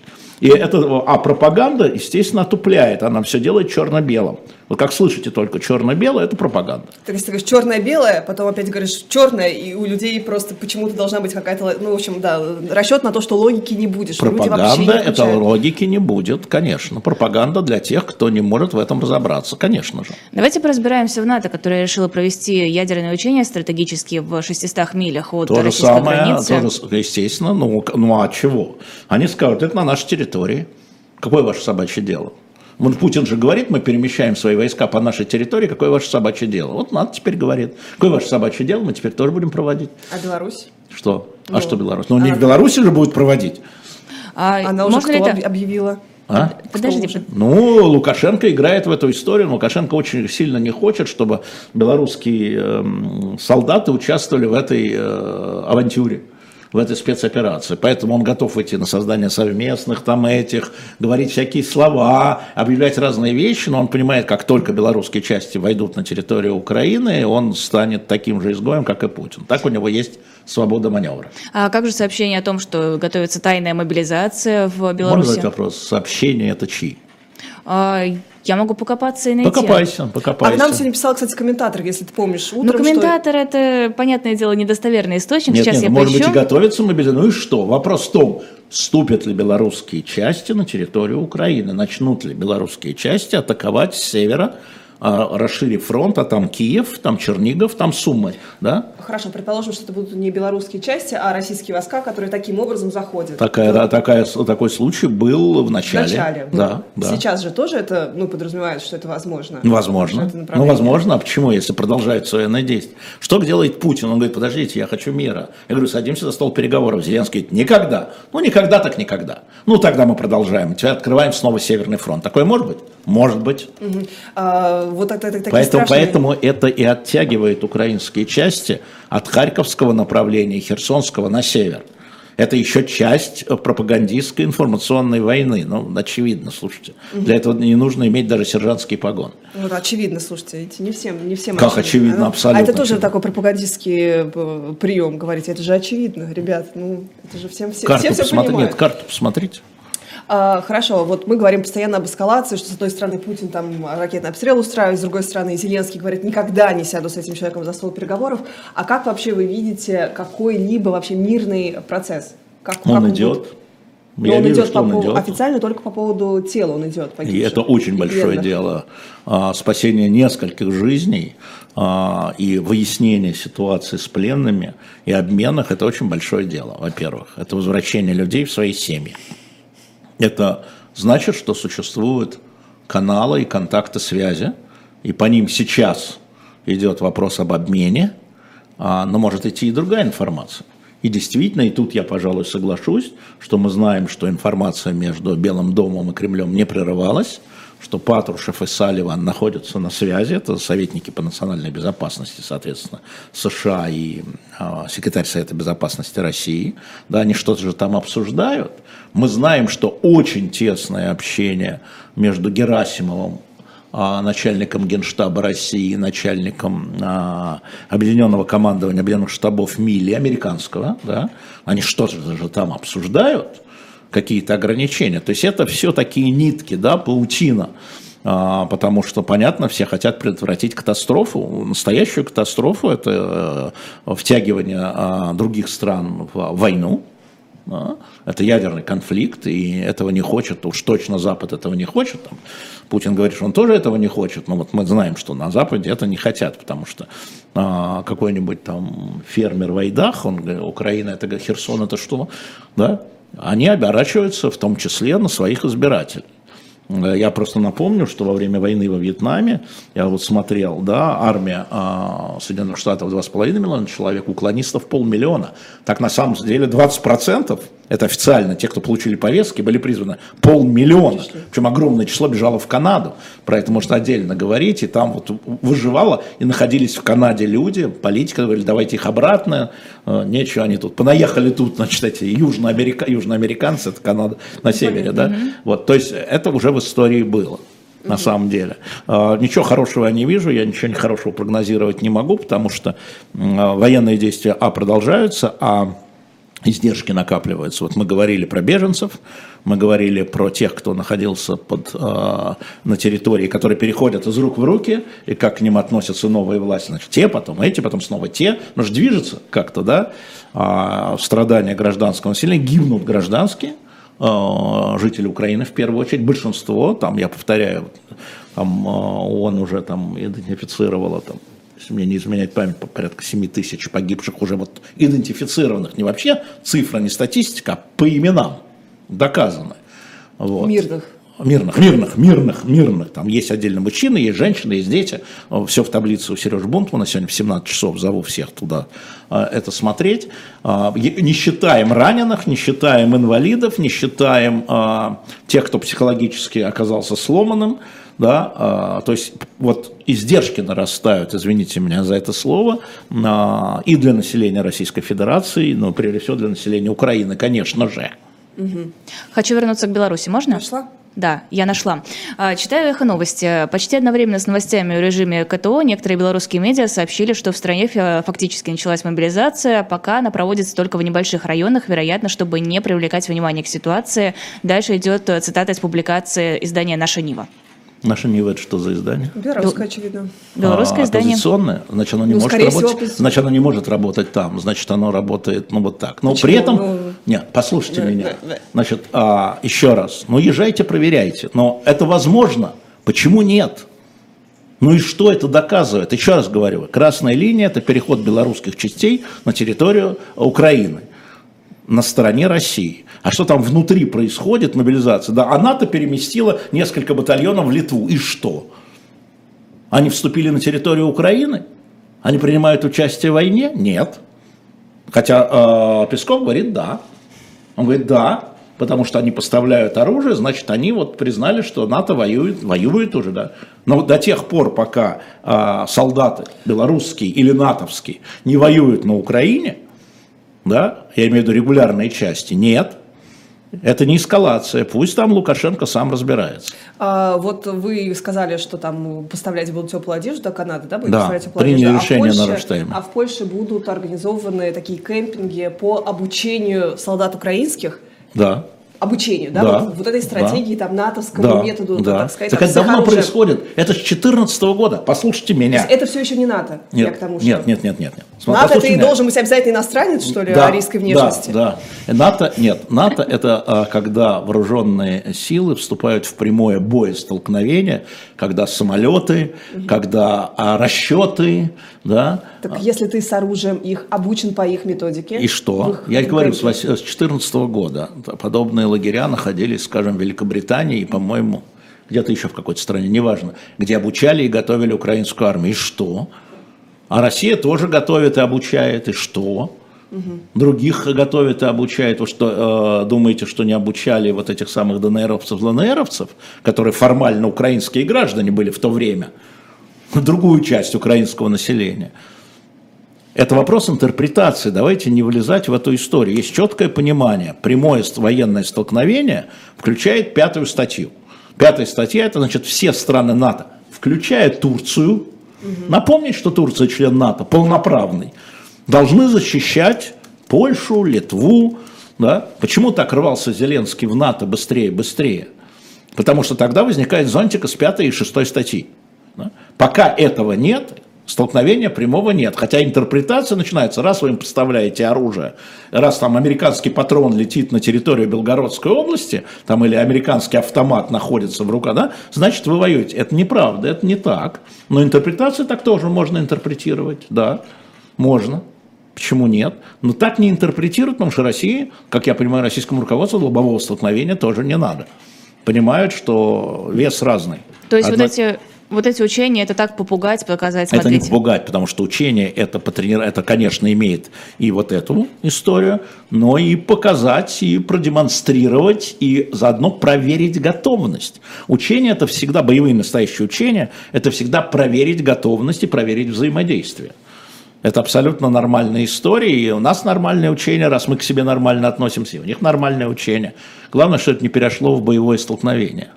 А пропаганда, естественно, отупляет. Она все делает черно-белым. Вот как слышите только черно-белое, это пропаганда. То есть ты говоришь черное-белое, потом опять говоришь черное, и у людей просто почему-то должна быть какая-то, расчет на то, что логики не будет. Пропаганда, это логики не будет, конечно. Пропаганда для тех, кто не может в этом разобраться, конечно же. Давайте поразбираемся в НАТО, которая решила провести ядерные учения стратегические в 600 милях от российской границы. Тоже, естественно, а чего? Они скажут, это на нашей территории. Какое ваше собачье дело? Путин же говорит, мы перемещаем свои войска по нашей территории, какое ваше собачье дело? Вот НАТО теперь говорит, какое ваше собачье дело, мы теперь тоже будем проводить. А Беларусь? Что? Что Беларусь? Не в Беларуси же будет проводить. Она уже кто объявила? Подожди. Лукашенко играет в эту историю. Лукашенко очень сильно не хочет, чтобы белорусские солдаты участвовали в этой авантюре, в этой спецоперации. Поэтому он готов идти на создание совместных говорить всякие слова, объявлять разные вещи, но он понимает, как только белорусские части войдут на территорию Украины, он станет таким же изгоем, как и Путин. Так у него есть свобода маневра. А как же сообщение о том, что готовится тайная мобилизация в Беларуси? Можно задать вопрос? Сообщения это чьи? Я могу покопаться и найти. Покопайся. А к нам сегодня писал, кстати, комментатор, если ты помнишь, утром. Комментатор это, понятное дело, недостоверный источник. Нет, может быть, и готовится мобилизация. И что? Вопрос в том, вступят ли белорусские части на территорию Украины, начнут ли белорусские части атаковать с севера, расширив фронт, а там Киев, там Чернигов, там Сумы, да? Хорошо, предположим, что это будут не белорусские части, а российские войска, которые таким образом заходят. Такой случай был в начале. В начале. Да. Сейчас же тоже это, подразумевает, что это возможно. Возможно. Возможно. А почему, если продолжает военное действие? Что делает Путин? Он говорит, подождите, я хочу мира. Я говорю, садимся за стол переговоров. Зеленский говорит, никогда. Никогда так никогда. Тогда мы продолжаем. Теперь открываем снова Северный фронт. Такое может быть? Может быть. Поэтому это и оттягивает украинские части от Харьковского направления, Херсонского на север. Это еще часть пропагандистской информационной войны. Очевидно, слушайте. Для этого не нужно иметь даже сержантский погон. Очевидно, слушайте, не всем как очевидно, абсолютно. А это тоже такой пропагандистский прием, говорить, это же очевидно, ребят, это же всем понимают. Нет, карту посмотрите. Хорошо, вот мы говорим постоянно об эскалации, что с одной стороны Путин там ракетный обстрел устраивает, с другой стороны Зеленский говорит, никогда не сяду с этим человеком за стол переговоров. А как вообще вы видите какой-либо вообще мирный процесс? Он идет. Я вижу, что он идет. Официально только по поводу тела он идет. И это очень большое дело. Спасение нескольких жизней и выяснение ситуации с пленными и обменах – это очень большое дело, во-первых. Это возвращение людей в свои семьи. Это значит, что существуют каналы и контакты связи, и по ним сейчас идет вопрос об обмене, но может идти и другая информация. И действительно, и тут я, пожалуй, соглашусь, что мы знаем, что информация между Белым домом и Кремлем не прерывалась, что Патрушев и Салливан находятся на связи, это советники по национальной безопасности, соответственно, США и секретарь Совета безопасности России, да, они что-то же там обсуждают. Мы знаем, что очень тесное общение между Герасимовым, начальником Генштаба России, начальником Объединенного командования Объединенных штабов Милли, американского, да, они что-то же там обсуждают, какие-то ограничения. То есть это все такие нитки, да, паутина, потому что, понятно, все хотят предотвратить катастрофу, настоящую катастрофу, это втягивание других стран в войну, да, это ядерный конфликт, и этого не хочет, уж точно Запад этого не хочет. Там, Путин говорит, что он тоже этого не хочет, но вот мы знаем, что на Западе это не хотят, потому что какой-нибудь там фермер в Айдах, он говорит, Украина, это Херсон, это что, да? Они оборачиваются в том числе на своих избирателей. Я просто напомню, что во время войны во Вьетнаме, я вот смотрел, да, армия Соединенных Штатов 2,5 миллиона человек, уклонистов 500 000. Так на самом деле 20%, это официально, те, кто получили повестки, были призваны 500 000. Причем огромное число бежало в Канаду. Про это можно отдельно говорить. И там вот выживало, и находились в Канаде люди, политики, говорили, давайте их обратно, нечего они тут. Понаехали тут, значит, эти южноамериканцы, это Канада на севере, да. Вот, то есть это уже в истории было. На самом деле. Ничего хорошего я не вижу, я ничего хорошего прогнозировать не могу, потому что военные действия продолжаются, издержки накапливаются. Вот мы говорили про беженцев, мы говорили про тех, кто находился на территории, которые переходят из рук в руки, и как к ним относятся новые власти. Значит, те, потом эти, потом снова те. Но же движется как-то, да, страдания гражданского населения, гибнут гражданские, жители Украины в первую очередь, большинство, там, я повторяю, там, ООН уже там идентифицировала, там, если мне не изменяет память, порядка 7 тысяч погибших уже вот идентифицированных, не вообще цифра, не статистика, а по именам доказаны. Вот. Мирных. Там есть отдельно мужчины, есть женщины, есть дети. Все в таблице у Сережи Бунтмана. Сегодня в 17 часов зову всех туда это смотреть. Не считаем раненых, не считаем инвалидов, не считаем тех, кто психологически оказался сломанным. Да, то есть вот издержки нарастают, извините меня за это слово, и для населения Российской Федерации, но прежде всего для населения Украины, конечно же. Хочу вернуться к Беларуси, можно? Нашла? Да, я нашла. Читаю «Эхо новости». Почти одновременно с новостями о режиме КТО некоторые белорусские медиа сообщили, что в стране фактически началась мобилизация, пока она проводится только в небольших районах, вероятно, чтобы не привлекать внимание к ситуации. Дальше идет цитата из публикации издания «Наша Нива». Наша Нива — это что за издание? Белорусское, очевидно. Белорусское издание. Оппозиционное? Значит, оно не может работать. Значит, оно не может работать там. Значит, оно работает, ну, вот так. Но почему? При этом... Нет, послушайте меня. Значит, еще раз. Ну, езжайте, проверяйте. Но это возможно. Почему нет? Ну и что это доказывает? Еще раз говорю. Красная линия — это переход белорусских частей на территорию Украины. На стороне России. А что там внутри происходит, мобилизация? Да, НАТО переместила несколько батальонов в Литву. И что? Они вступили на территорию Украины? Они принимают участие в войне? Нет. Хотя Песков говорит да. Он говорит да, потому что они поставляют оружие, значит, они вот признали, что НАТО воюет уже, да. Но до тех пор, пока солдаты белорусские или натовские не воюют на Украине, да, я имею в виду регулярные части, нет, это не эскалация, пусть там Лукашенко сам разбирается. Вот вы сказали, что там поставлять будут теплую одежду до Канады, да? Да, приняли решение на Рамштайне. А в Польше будут организованы такие кемпинги по обучению солдат украинских? Да. Обучению, да? Да. Вот этой стратегии, да. Там, натовскому методу, да. так сказать. Так это давно происходит. Это с 2014 года. Послушайте меня. То есть это все еще не НАТО? Нет, я к тому, что... нет. НАТО это и должен быть обязательно иностранец, что ли, арийской внешности? Да. НАТО это когда вооруженные силы вступают в прямое боестолкновение, когда самолеты, когда расчеты, да. Так если ты с оружием их обучен по их методике. И что? Я говорю, с 2014 года подобные лагеря находились, скажем, в Великобритании и, по-моему, где-то еще в какой-то стране, неважно, где обучали и готовили украинскую армию. И что? А Россия тоже готовит и обучает. И что? Других готовят и обучают. Вы что, думаете, что не обучали вот этих самых ДНРовцев, ЛНРовцев, которые формально украинские граждане были в то время, другую часть украинского населения? Это вопрос интерпретации. Давайте не влезать в эту историю. Есть четкое понимание. Прямое военное столкновение включает 5-ю статью. 5-я статья – это значит все страны НАТО, включая Турцию. Напомнить, что Турция член НАТО, полноправный. Должны защищать Польшу, Литву. Да? Почему так рвался Зеленский в НАТО быстрее? Потому что тогда возникает зонтика с 5-й и 6-й статьи. Да? Пока этого нет, столкновения прямого нет. Хотя интерпретация начинается, раз вы им поставляете оружие, раз там американский патрон летит на территорию Белгородской области, там или американский автомат находится в руках, да, значит вы воюете. Это неправда, это не так. Но интерпретацию так тоже можно интерпретировать, да, можно. Почему нет? Но так не интерпретируют, потому что России, как я понимаю, российскому руководству лобового столкновения тоже не надо. Понимают, что вес разный. То есть вот эти учения, это так попугать, показать, смотрите. Это не попугать, потому что учение это, конечно, имеет и вот эту историю, но и показать, и продемонстрировать, и заодно проверить готовность. Учение это всегда, боевые настоящие учения, это всегда проверить готовность и проверить взаимодействие. Это абсолютно нормальная история, и у нас нормальное учение, раз мы к себе нормально относимся, и у них нормальное учение. Главное, что это не перешло в боевое столкновение.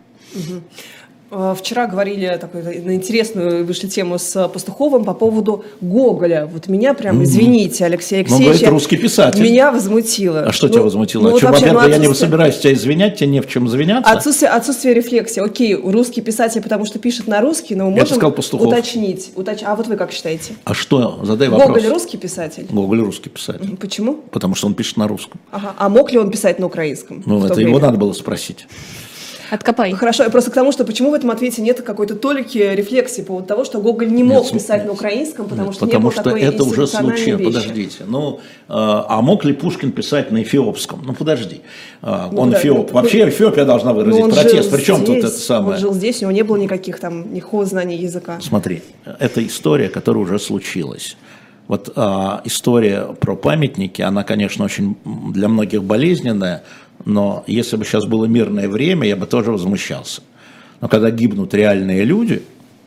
Вчера говорили на интересную вышли тему с Пастуховым по поводу Гоголя. Вот меня прям, извините, Алексей Алексеевич. Он говорит, русский писатель. Меня возмутило. А что тебя возмутило? Я не собираюсь тебя извинять, тебе не в чем извиняться. Отсутствие рефлексии. Окей, русский писатель, потому что пишет на русский, но мы можем уточнить. А вот вы как считаете? А что? Задай вопрос. Гоголь русский писатель? Гоголь русский писатель. Почему? Потому что он пишет на русском. Ага. А мог ли он писать на украинском? Ну, это его надо было спросить. Откопай. Хорошо, просто к тому, что почему в этом ответе нет какой-то толики рефлексии по поводу того, что Гоголь не мог писать на украинском, потому что не было такой это уже случай. Подождите. Ну, а мог ли Пушкин писать на эфиопском? Ну, подожди. Он эфиоп. Вообще Эфиопия должна выразить протест. Причем тут это самое? Он жил здесь, у него не было никаких знаний языка. Смотри, это история, которая уже случилась. Вот история про памятники, она, конечно, очень для многих болезненная, но если бы сейчас было мирное время, я бы тоже возмущался. Но когда гибнут реальные люди,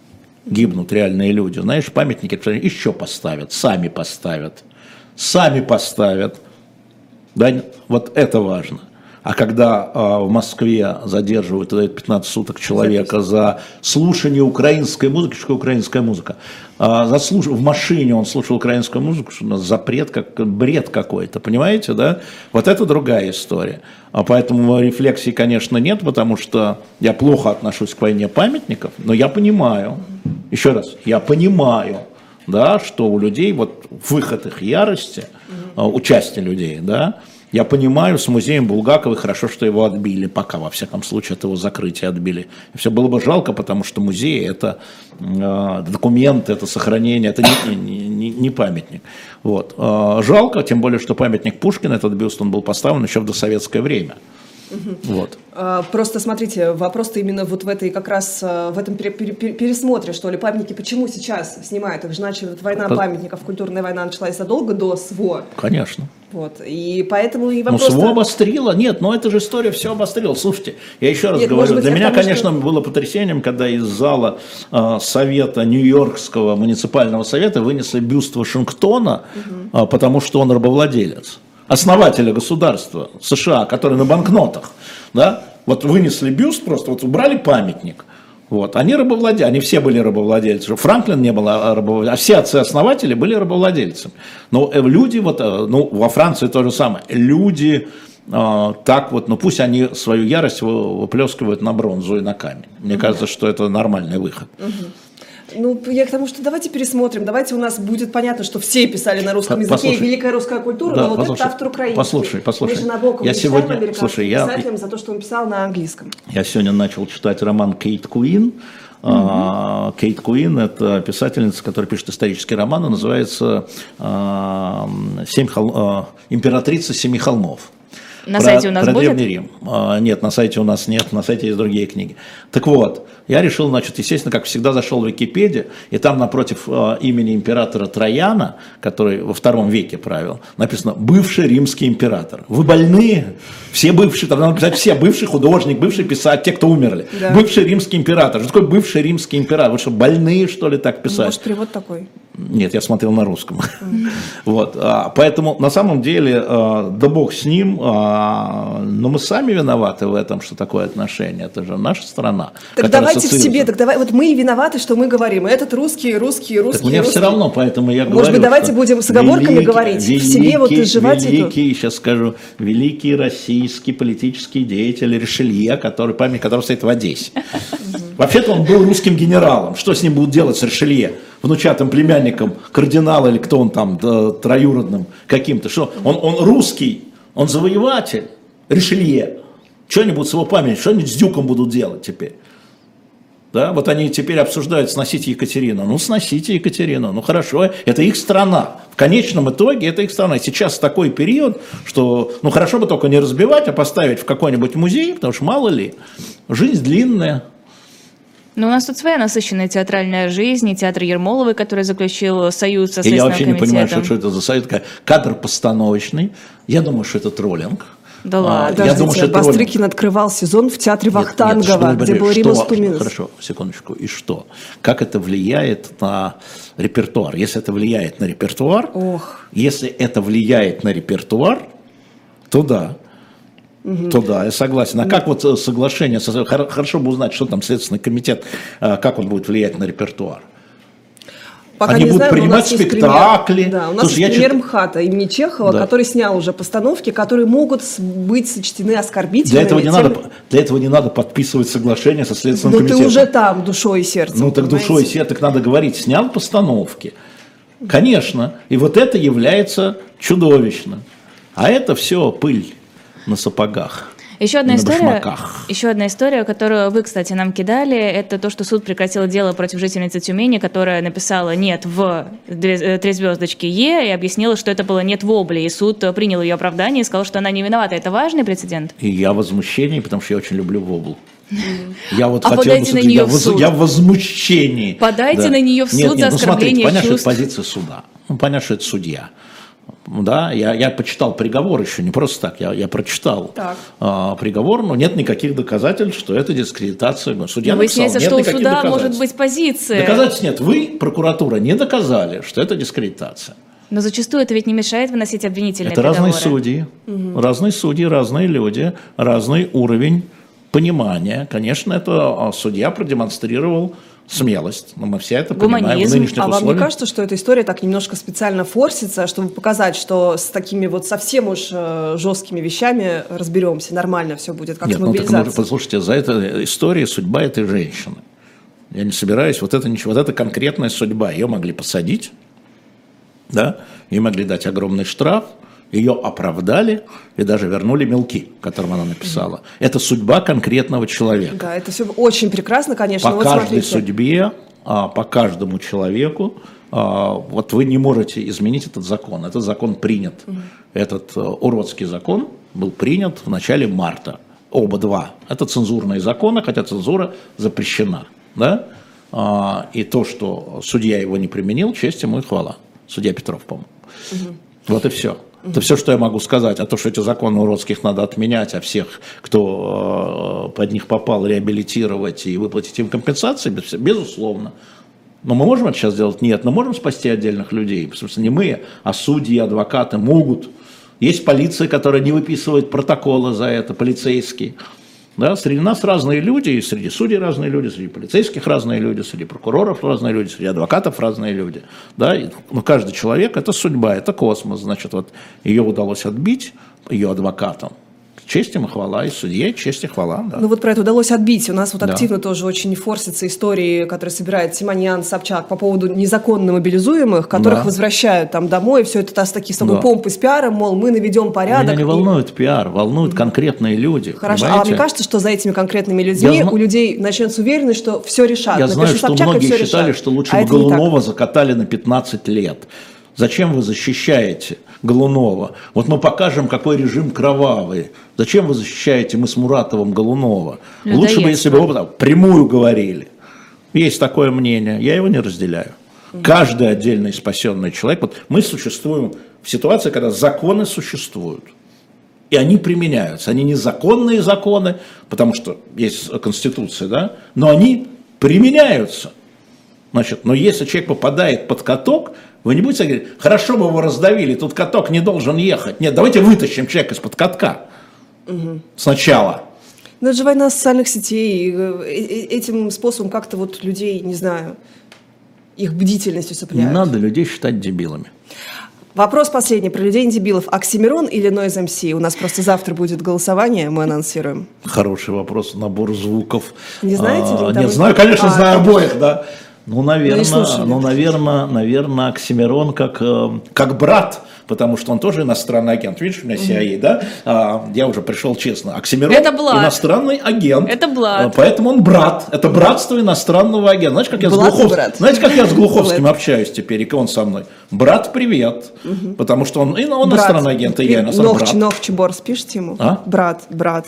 знаешь, памятники еще поставят, сами поставят. Да, вот это важно. А когда в Москве задерживают 15 суток человека за слушание украинской музыки, что такое украинская музыка? В машине он слушал украинскую музыку, что у нас запрет, как бред какой-то, понимаете, да? Вот это другая история. А поэтому рефлексии, конечно, нет, потому что я плохо отношусь к войне памятников, но я понимаю, еще раз, я понимаю, да, что у людей, вот выход их ярости, участие людей, да, я понимаю, с музеем Булгакова хорошо, что его отбили, пока, во всяком случае, от его закрытия отбили. И все было бы жалко, потому что музей – это документы, это сохранение, это не памятник. Вот. Жалко, тем более, что памятник Пушкина, этот бюст, он был поставлен еще в досоветское время. Вот. Просто смотрите, вопрос-то именно вот в этой как раз в этом пересмотре, что ли, памятники почему сейчас снимают, их же начали, война памятников, культурная война началась задолго до СВО. Конечно. Вот, и поэтому и вопрос... Ну, СВО обострило, нет, но эта же история все обострила. Слушайте, я еще раз говорю, для меня, конечно, было потрясением, когда из зала Совета, Нью-Йоркского муниципального совета вынесли бюст Вашингтона, потому что он рабовладелец. Основателя государства США, который на банкнотах, да, вот вынесли бюст, просто вот убрали памятник. Вот. Они рабовладельцы, они все были рабовладельцы. Франклин не был рабовладельцем, а все отцы-основатели были рабовладельцами. Но люди, вот, ну, во Франции то же самое, люди так вот, ну пусть они свою ярость выплескивают на бронзу и на камень. Мне кажется, что это нормальный выход. Ну, я к тому, что давайте пересмотрим, давайте у нас будет понятно, что все писали на русском языке, великая русская культура, да, но вот этот автор украинский. Послушай. Мы же Набокова читаем американским писателям за то, что он писал на английском. Я сегодня начал читать роман Кейт Куин. Кейт Куин – это писательница, которая пишет исторический роман, называется «Императрица семи холмов». На сайте у нас про будет? Древний Рим. Нет, на сайте у нас нет, на сайте есть другие книги. Так вот, я решил, значит, естественно, как всегда, зашел в Википедию, и там напротив имени императора Трояна, который во II веке правил, написано «бывший римский император». Вы больные? Все бывшие, тогда надо писать все, бывший художник, бывший писатель, те, кто умерли. Да. Бывший римский император. Что такое бывший римский император? Вы что, больные, что ли, так писать? Может, перевод такой? Нет, я смотрел на русском. Вот, поэтому на самом деле, да бог с ним, но мы сами виноваты в этом, что такое отношение. Это же наша страна. Так давайте в себе, так давай, вот мы и виноваты, что мы говорим. Этот русский. Так мне все равно, поэтому я говорю. Может быть, давайте будем с оговорками говорить, в себе вот изживать эту... Сейчас скажу, великий российский политический деятель Ришелье, память которого стоит в Одессе. Вообще-то он был русским генералом. Что с ним будут делать с Ришелье? Внучатым племянником кардинала или кто он там, троюродным каким-то. Что? Он русский, он завоеватель, Ришелье. Что-нибудь с его памятью, что-нибудь с дюком будут делать теперь. Да? Вот они теперь обсуждают сносить Екатерину. Ну, сносите Екатерину. Ну, хорошо, это их страна. В конечном итоге это их страна. Сейчас такой период, что, ну, хорошо бы только не разбивать, а поставить в какой-нибудь музей, потому что, мало ли, жизнь длинная. Но у нас тут своя насыщенная театральная жизнь, и театр Ермоловой, который заключил союз со Следственным комитетом. Я вообще не понимаю, что это за союз. Кадр постановочный. Я Я думаю, что это троллинг. Да ладно. Я думаю, что Бастрыкин открывал сезон в театре Вахтангова, где был Римас Туминс. Хорошо, секундочку. И что? Как это влияет на репертуар? Если это влияет на репертуар, если это влияет на репертуар, то да. То да, я согласен. А как вот соглашение, хорошо бы узнать, что там Следственный комитет, как он будет влиять на репертуар. Пока они не будут знаем, принимать спектакли. Да, у нас есть пример МХАТа имени Чехова, который снял уже постановки, которые могут быть сочтены оскорбительными. Для этого не надо подписывать соглашение со Следственным комитетом. Но ты уже там, душой и сердцем. Ну так душой и сердцем, так надо говорить, снял постановки. Конечно, и вот это является чудовищным. А это все пыль на сапогах. Еще одна история, которую вы, кстати, нам кидали, это то, что суд прекратил дело против жительницы Тюмени, которая написала «нет» в 3 звездочки «е» и объяснила, что это было «нет» в обле. И суд принял ее оправдание и сказал, что она не виновата. Это важный прецедент? И я в возмущении, потому что я очень люблю воблу. Я вот подайте на нее в суд. Я в возмущении. Подайте на нее в суд за оскорбление чувств. Понятно, что это позиция суда. Понятно, что это судья. Да, я почитал приговор еще, не просто так, я прочитал приговор, но нет никаких доказательств, что это дискредитация. Судья написал, выясняется, что у суда может быть позиция. Доказательств нет. Вы, прокуратура, не доказали, что это дискредитация. Но зачастую это ведь не мешает выносить обвинительные приговоры. Это разные судьи, разные люди, разный уровень понимания. Конечно, это судья продемонстрировал смелость, но мы все это понимаем в нынешних условиях. А вам не кажется, что эта история так немножко специально форсится, чтобы показать, что с такими вот совсем уж жесткими вещами разберемся, нормально все будет, как с мобилизацией? Ну, послушайте, за этой историей судьба этой женщины. Я не собираюсь, вот это конкретная судьба. Ее могли посадить, да, ей могли дать огромный штраф, ее оправдали и даже вернули мелки, которым она написала. Это судьба конкретного человека. Да, это все очень прекрасно, конечно. По каждой судьбе, по каждому человеку, вот вы не можете изменить этот закон. Этот закон принят. Этот уродский закон был принят в начале марта. Оба два. Это цензурные законы, хотя цензура запрещена. Да? И то, что судья его не применил, честь ему и хвала. Судья Петров, по-моему. Вот и все. Это все, что я могу сказать. А то, что эти законы уродских надо отменять, а всех, кто под них попал, реабилитировать и выплатить им компенсации, безусловно. Но мы можем это сейчас сделать? Нет. Мы можем спасти отдельных людей. Потому что не мы, а судьи, адвокаты могут. Есть полиция, которая не выписывает протоколы за это, полицейские. Да, среди нас разные люди, и среди судей разные люди, среди полицейских разные люди, среди прокуроров разные люди, среди адвокатов разные люди. Да, но каждый человек – это судьба, это космос. Значит, вот ее удалось отбить, ее адвокатам. Честь им и хвала, и судье, честь и хвала. Да. Ну вот про это удалось отбить. У нас вот активно тоже очень форсятся истории, которые собирает Симоньян, Собчак по поводу незаконно мобилизуемых, которых возвращают там домой. Все это с такой помпой, с пиаром, мол, мы наведем порядок. Меня не волнует пиар, волнуют конкретные люди. Хорошо, понимаете? А мне кажется, что за этими конкретными людьми у людей начнется уверенность, что все решат. Я знаю, что многие считали, что лучше бы Голунова закатали на 15 лет. Зачем вы защищаете Голунова. Вот мы покажем, какой режим кровавый. Зачем вы защищаете мы с Муратовым Голунова? Лучше бы, если бы вы прямую говорили. Есть такое мнение, я его не разделяю. Каждый отдельный спасенный человек, вот мы существуем в ситуации, когда законы существуют. И они применяются. Они незаконные законы, потому что есть Конституция, да, но они применяются. Значит, но если человек попадает под каток, вы не будете говорить, хорошо бы его раздавили, тут каток не должен ехать. Нет, давайте вытащим человека из-под катка сначала. Но это же война социальных сетей. Этим способом как-то вот людей, не знаю, их бдительность усыпляют. Не надо людей считать дебилами. Вопрос последний про людей-дебилов. Оксимирон или Noise MC? У нас просто завтра будет голосование, мы анонсируем. Хороший вопрос, набор звуков. Не знаете? Нет, знаю, конечно, знаю обоих, да. Ну, наверное, Оксимирон как брат, потому что он тоже иностранный агент. Видишь, у меня CIA, да? Я уже пришел честно. Оксимирон иностранный агент. Это Блад. Поэтому он брат. Это братство иностранного агента. Знаешь, как я с Глуховским общаюсь теперь, и он со мной? Брат, привет. Потому что он иностранный агент, и я иностранный брат. Новчеборс, пишите ему? Брат. Брат,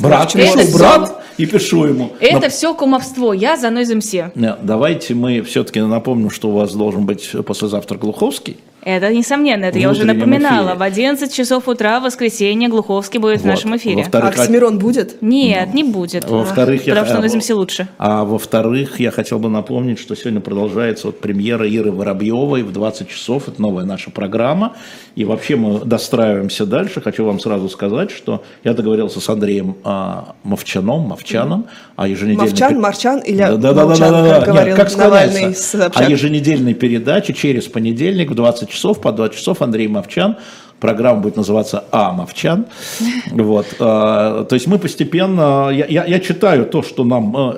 и пишу ему. Это все кумовство. Я за Noise MC. Давайте мы все-таки напомним, что у вас должен быть послезавтра Глуховский. Это несомненно, это я уже напоминала. Эфире. В 11 часов утра в воскресенье Глуховский будет в нашем эфире. Оксимирон будет? Нет, не будет. Во-вторых, потому что Noise MC лучше. А во-вторых, я хотел бы напомнить, что сегодня продолжается премьера Иры Воробьевой в 20 часов. Это новая наша программа. И вообще мы достраиваемся дальше. Хочу вам сразу сказать, что я договорился с Андреем Мовчаном о еженедельной... Марчан или Мовчан, как говорил Навальный с Собчак. О еженедельной передаче через понедельник в 20 часов, по 20 часов Андрей Мовчан. Программа будет называться Мовчан. Вот. То есть мы постепенно... Я читаю то, что нам...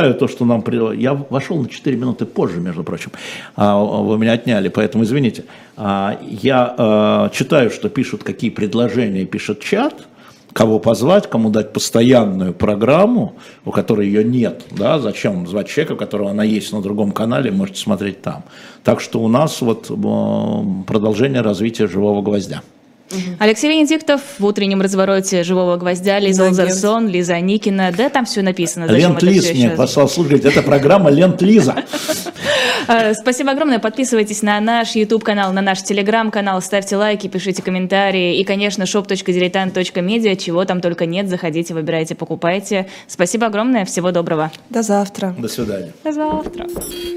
Я вошел на 4 минуты позже, между прочим. Вы меня отняли, поэтому извините. Я читаю, что пишут, какие предложения пишет чат, кого позвать, кому дать постоянную программу, у которой ее нет. Да? Зачем звать человека, у которого она есть на другом канале, можете смотреть там. Так что у нас продолжение развития «Живого гвоздя». Алексей Венедиктов в утреннем развороте «Живого гвоздя», Лиза Лазарсон, Лиза Аникина. Да, там все написано. Ленд-лиз мне послал слушать. Это программа Ленд-лиза. Спасибо огромное. Подписывайтесь на наш YouTube-канал, на наш Telegram-канал, ставьте лайки, пишите комментарии. И, конечно, shop.diletant.media. Чего там только нет, заходите, выбирайте, покупайте. Спасибо огромное. Всего доброго. До завтра. До свидания. До завтра.